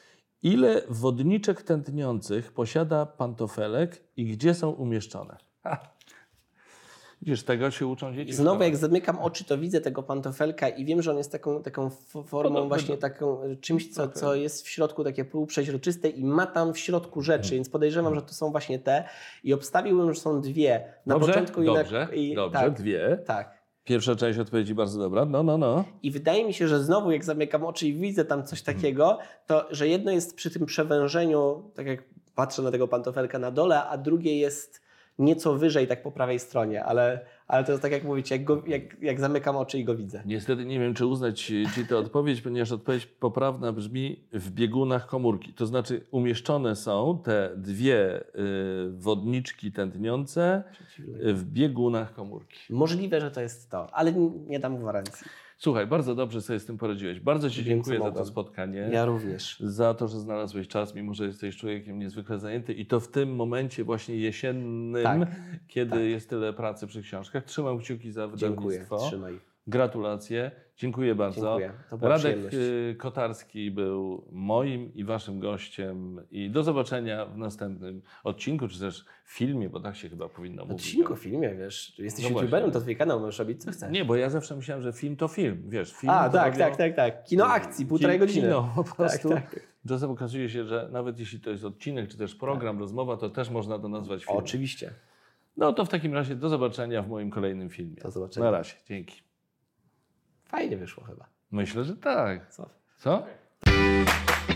Ile wodniczek tętniących posiada pantofelek i gdzie są umieszczone? Ha. Widzisz, tego się uczą dzieci. Znowu jak zamykam oczy, to widzę tego pantofelka i wiem, że on jest taką, taką formą, no, właśnie no, taką czymś, co, okay. co jest w środku takie półprzeźroczyste i ma tam w środku rzeczy, hmm. więc podejrzewam, że to są właśnie te i obstawiłbym, że są dwie. Na dobrze, początku dobrze, i na, i, dobrze, tak, dwie. Tak. Pierwsza część odpowiedzi bardzo dobra, no, no, no. I wydaje mi się, że znowu jak zamykam oczy i widzę tam coś takiego, to że jedno jest przy tym przewężeniu, tak jak patrzę na tego pantofelka na dole, a drugie jest nieco wyżej, tak po prawej stronie, ale, ale to jest tak jak mówicie, jak, go, jak, jak zamykam oczy i go widzę. Niestety nie wiem, czy uznać Ci tę odpowiedź, ponieważ odpowiedź poprawna brzmi w biegunach komórki. To znaczy umieszczone są te dwie y, wodniczki tętniące w biegunach komórki. Możliwe, że to jest to, ale nie dam gwarancji. Słuchaj, bardzo dobrze sobie z tym poradziłeś. Bardzo Ci dziękuję za to spotkanie. Ja również. Za to, że znalazłeś czas, mimo że jesteś człowiekiem niezwykle zajęty i to w tym momencie właśnie jesiennym, tak, kiedy tak. jest tyle pracy przy książkach. Trzymam kciuki za wydawnictwo. Dziękuję, trzymaj. Gratulacje. Dziękuję bardzo. Dziękuję. To była Radek przyjemność. Kotarski był moim i Waszym gościem i do zobaczenia w następnym odcinku, czy też filmie, bo tak się chyba powinno mówić. Odcinku, filmie, wiesz, jesteś no youtuberem, to twój kanał, możesz robić co chcesz. Nie, bo ja zawsze myślałem, że film to film, wiesz. Film A, tak, robią... tak, tak, tak. Kino akcji, półtorej godziny. Kino, po prostu. Tak, tak. Czasem okazuje się, że nawet jeśli to jest odcinek, czy też program, tak. rozmowa, to też można to nazwać filmem. Oczywiście. No to w takim razie do zobaczenia w moim kolejnym filmie. Do zobaczenia. Na razie, dzięki. Fajnie wyszło chyba. Myślę, że tak. Co? Co?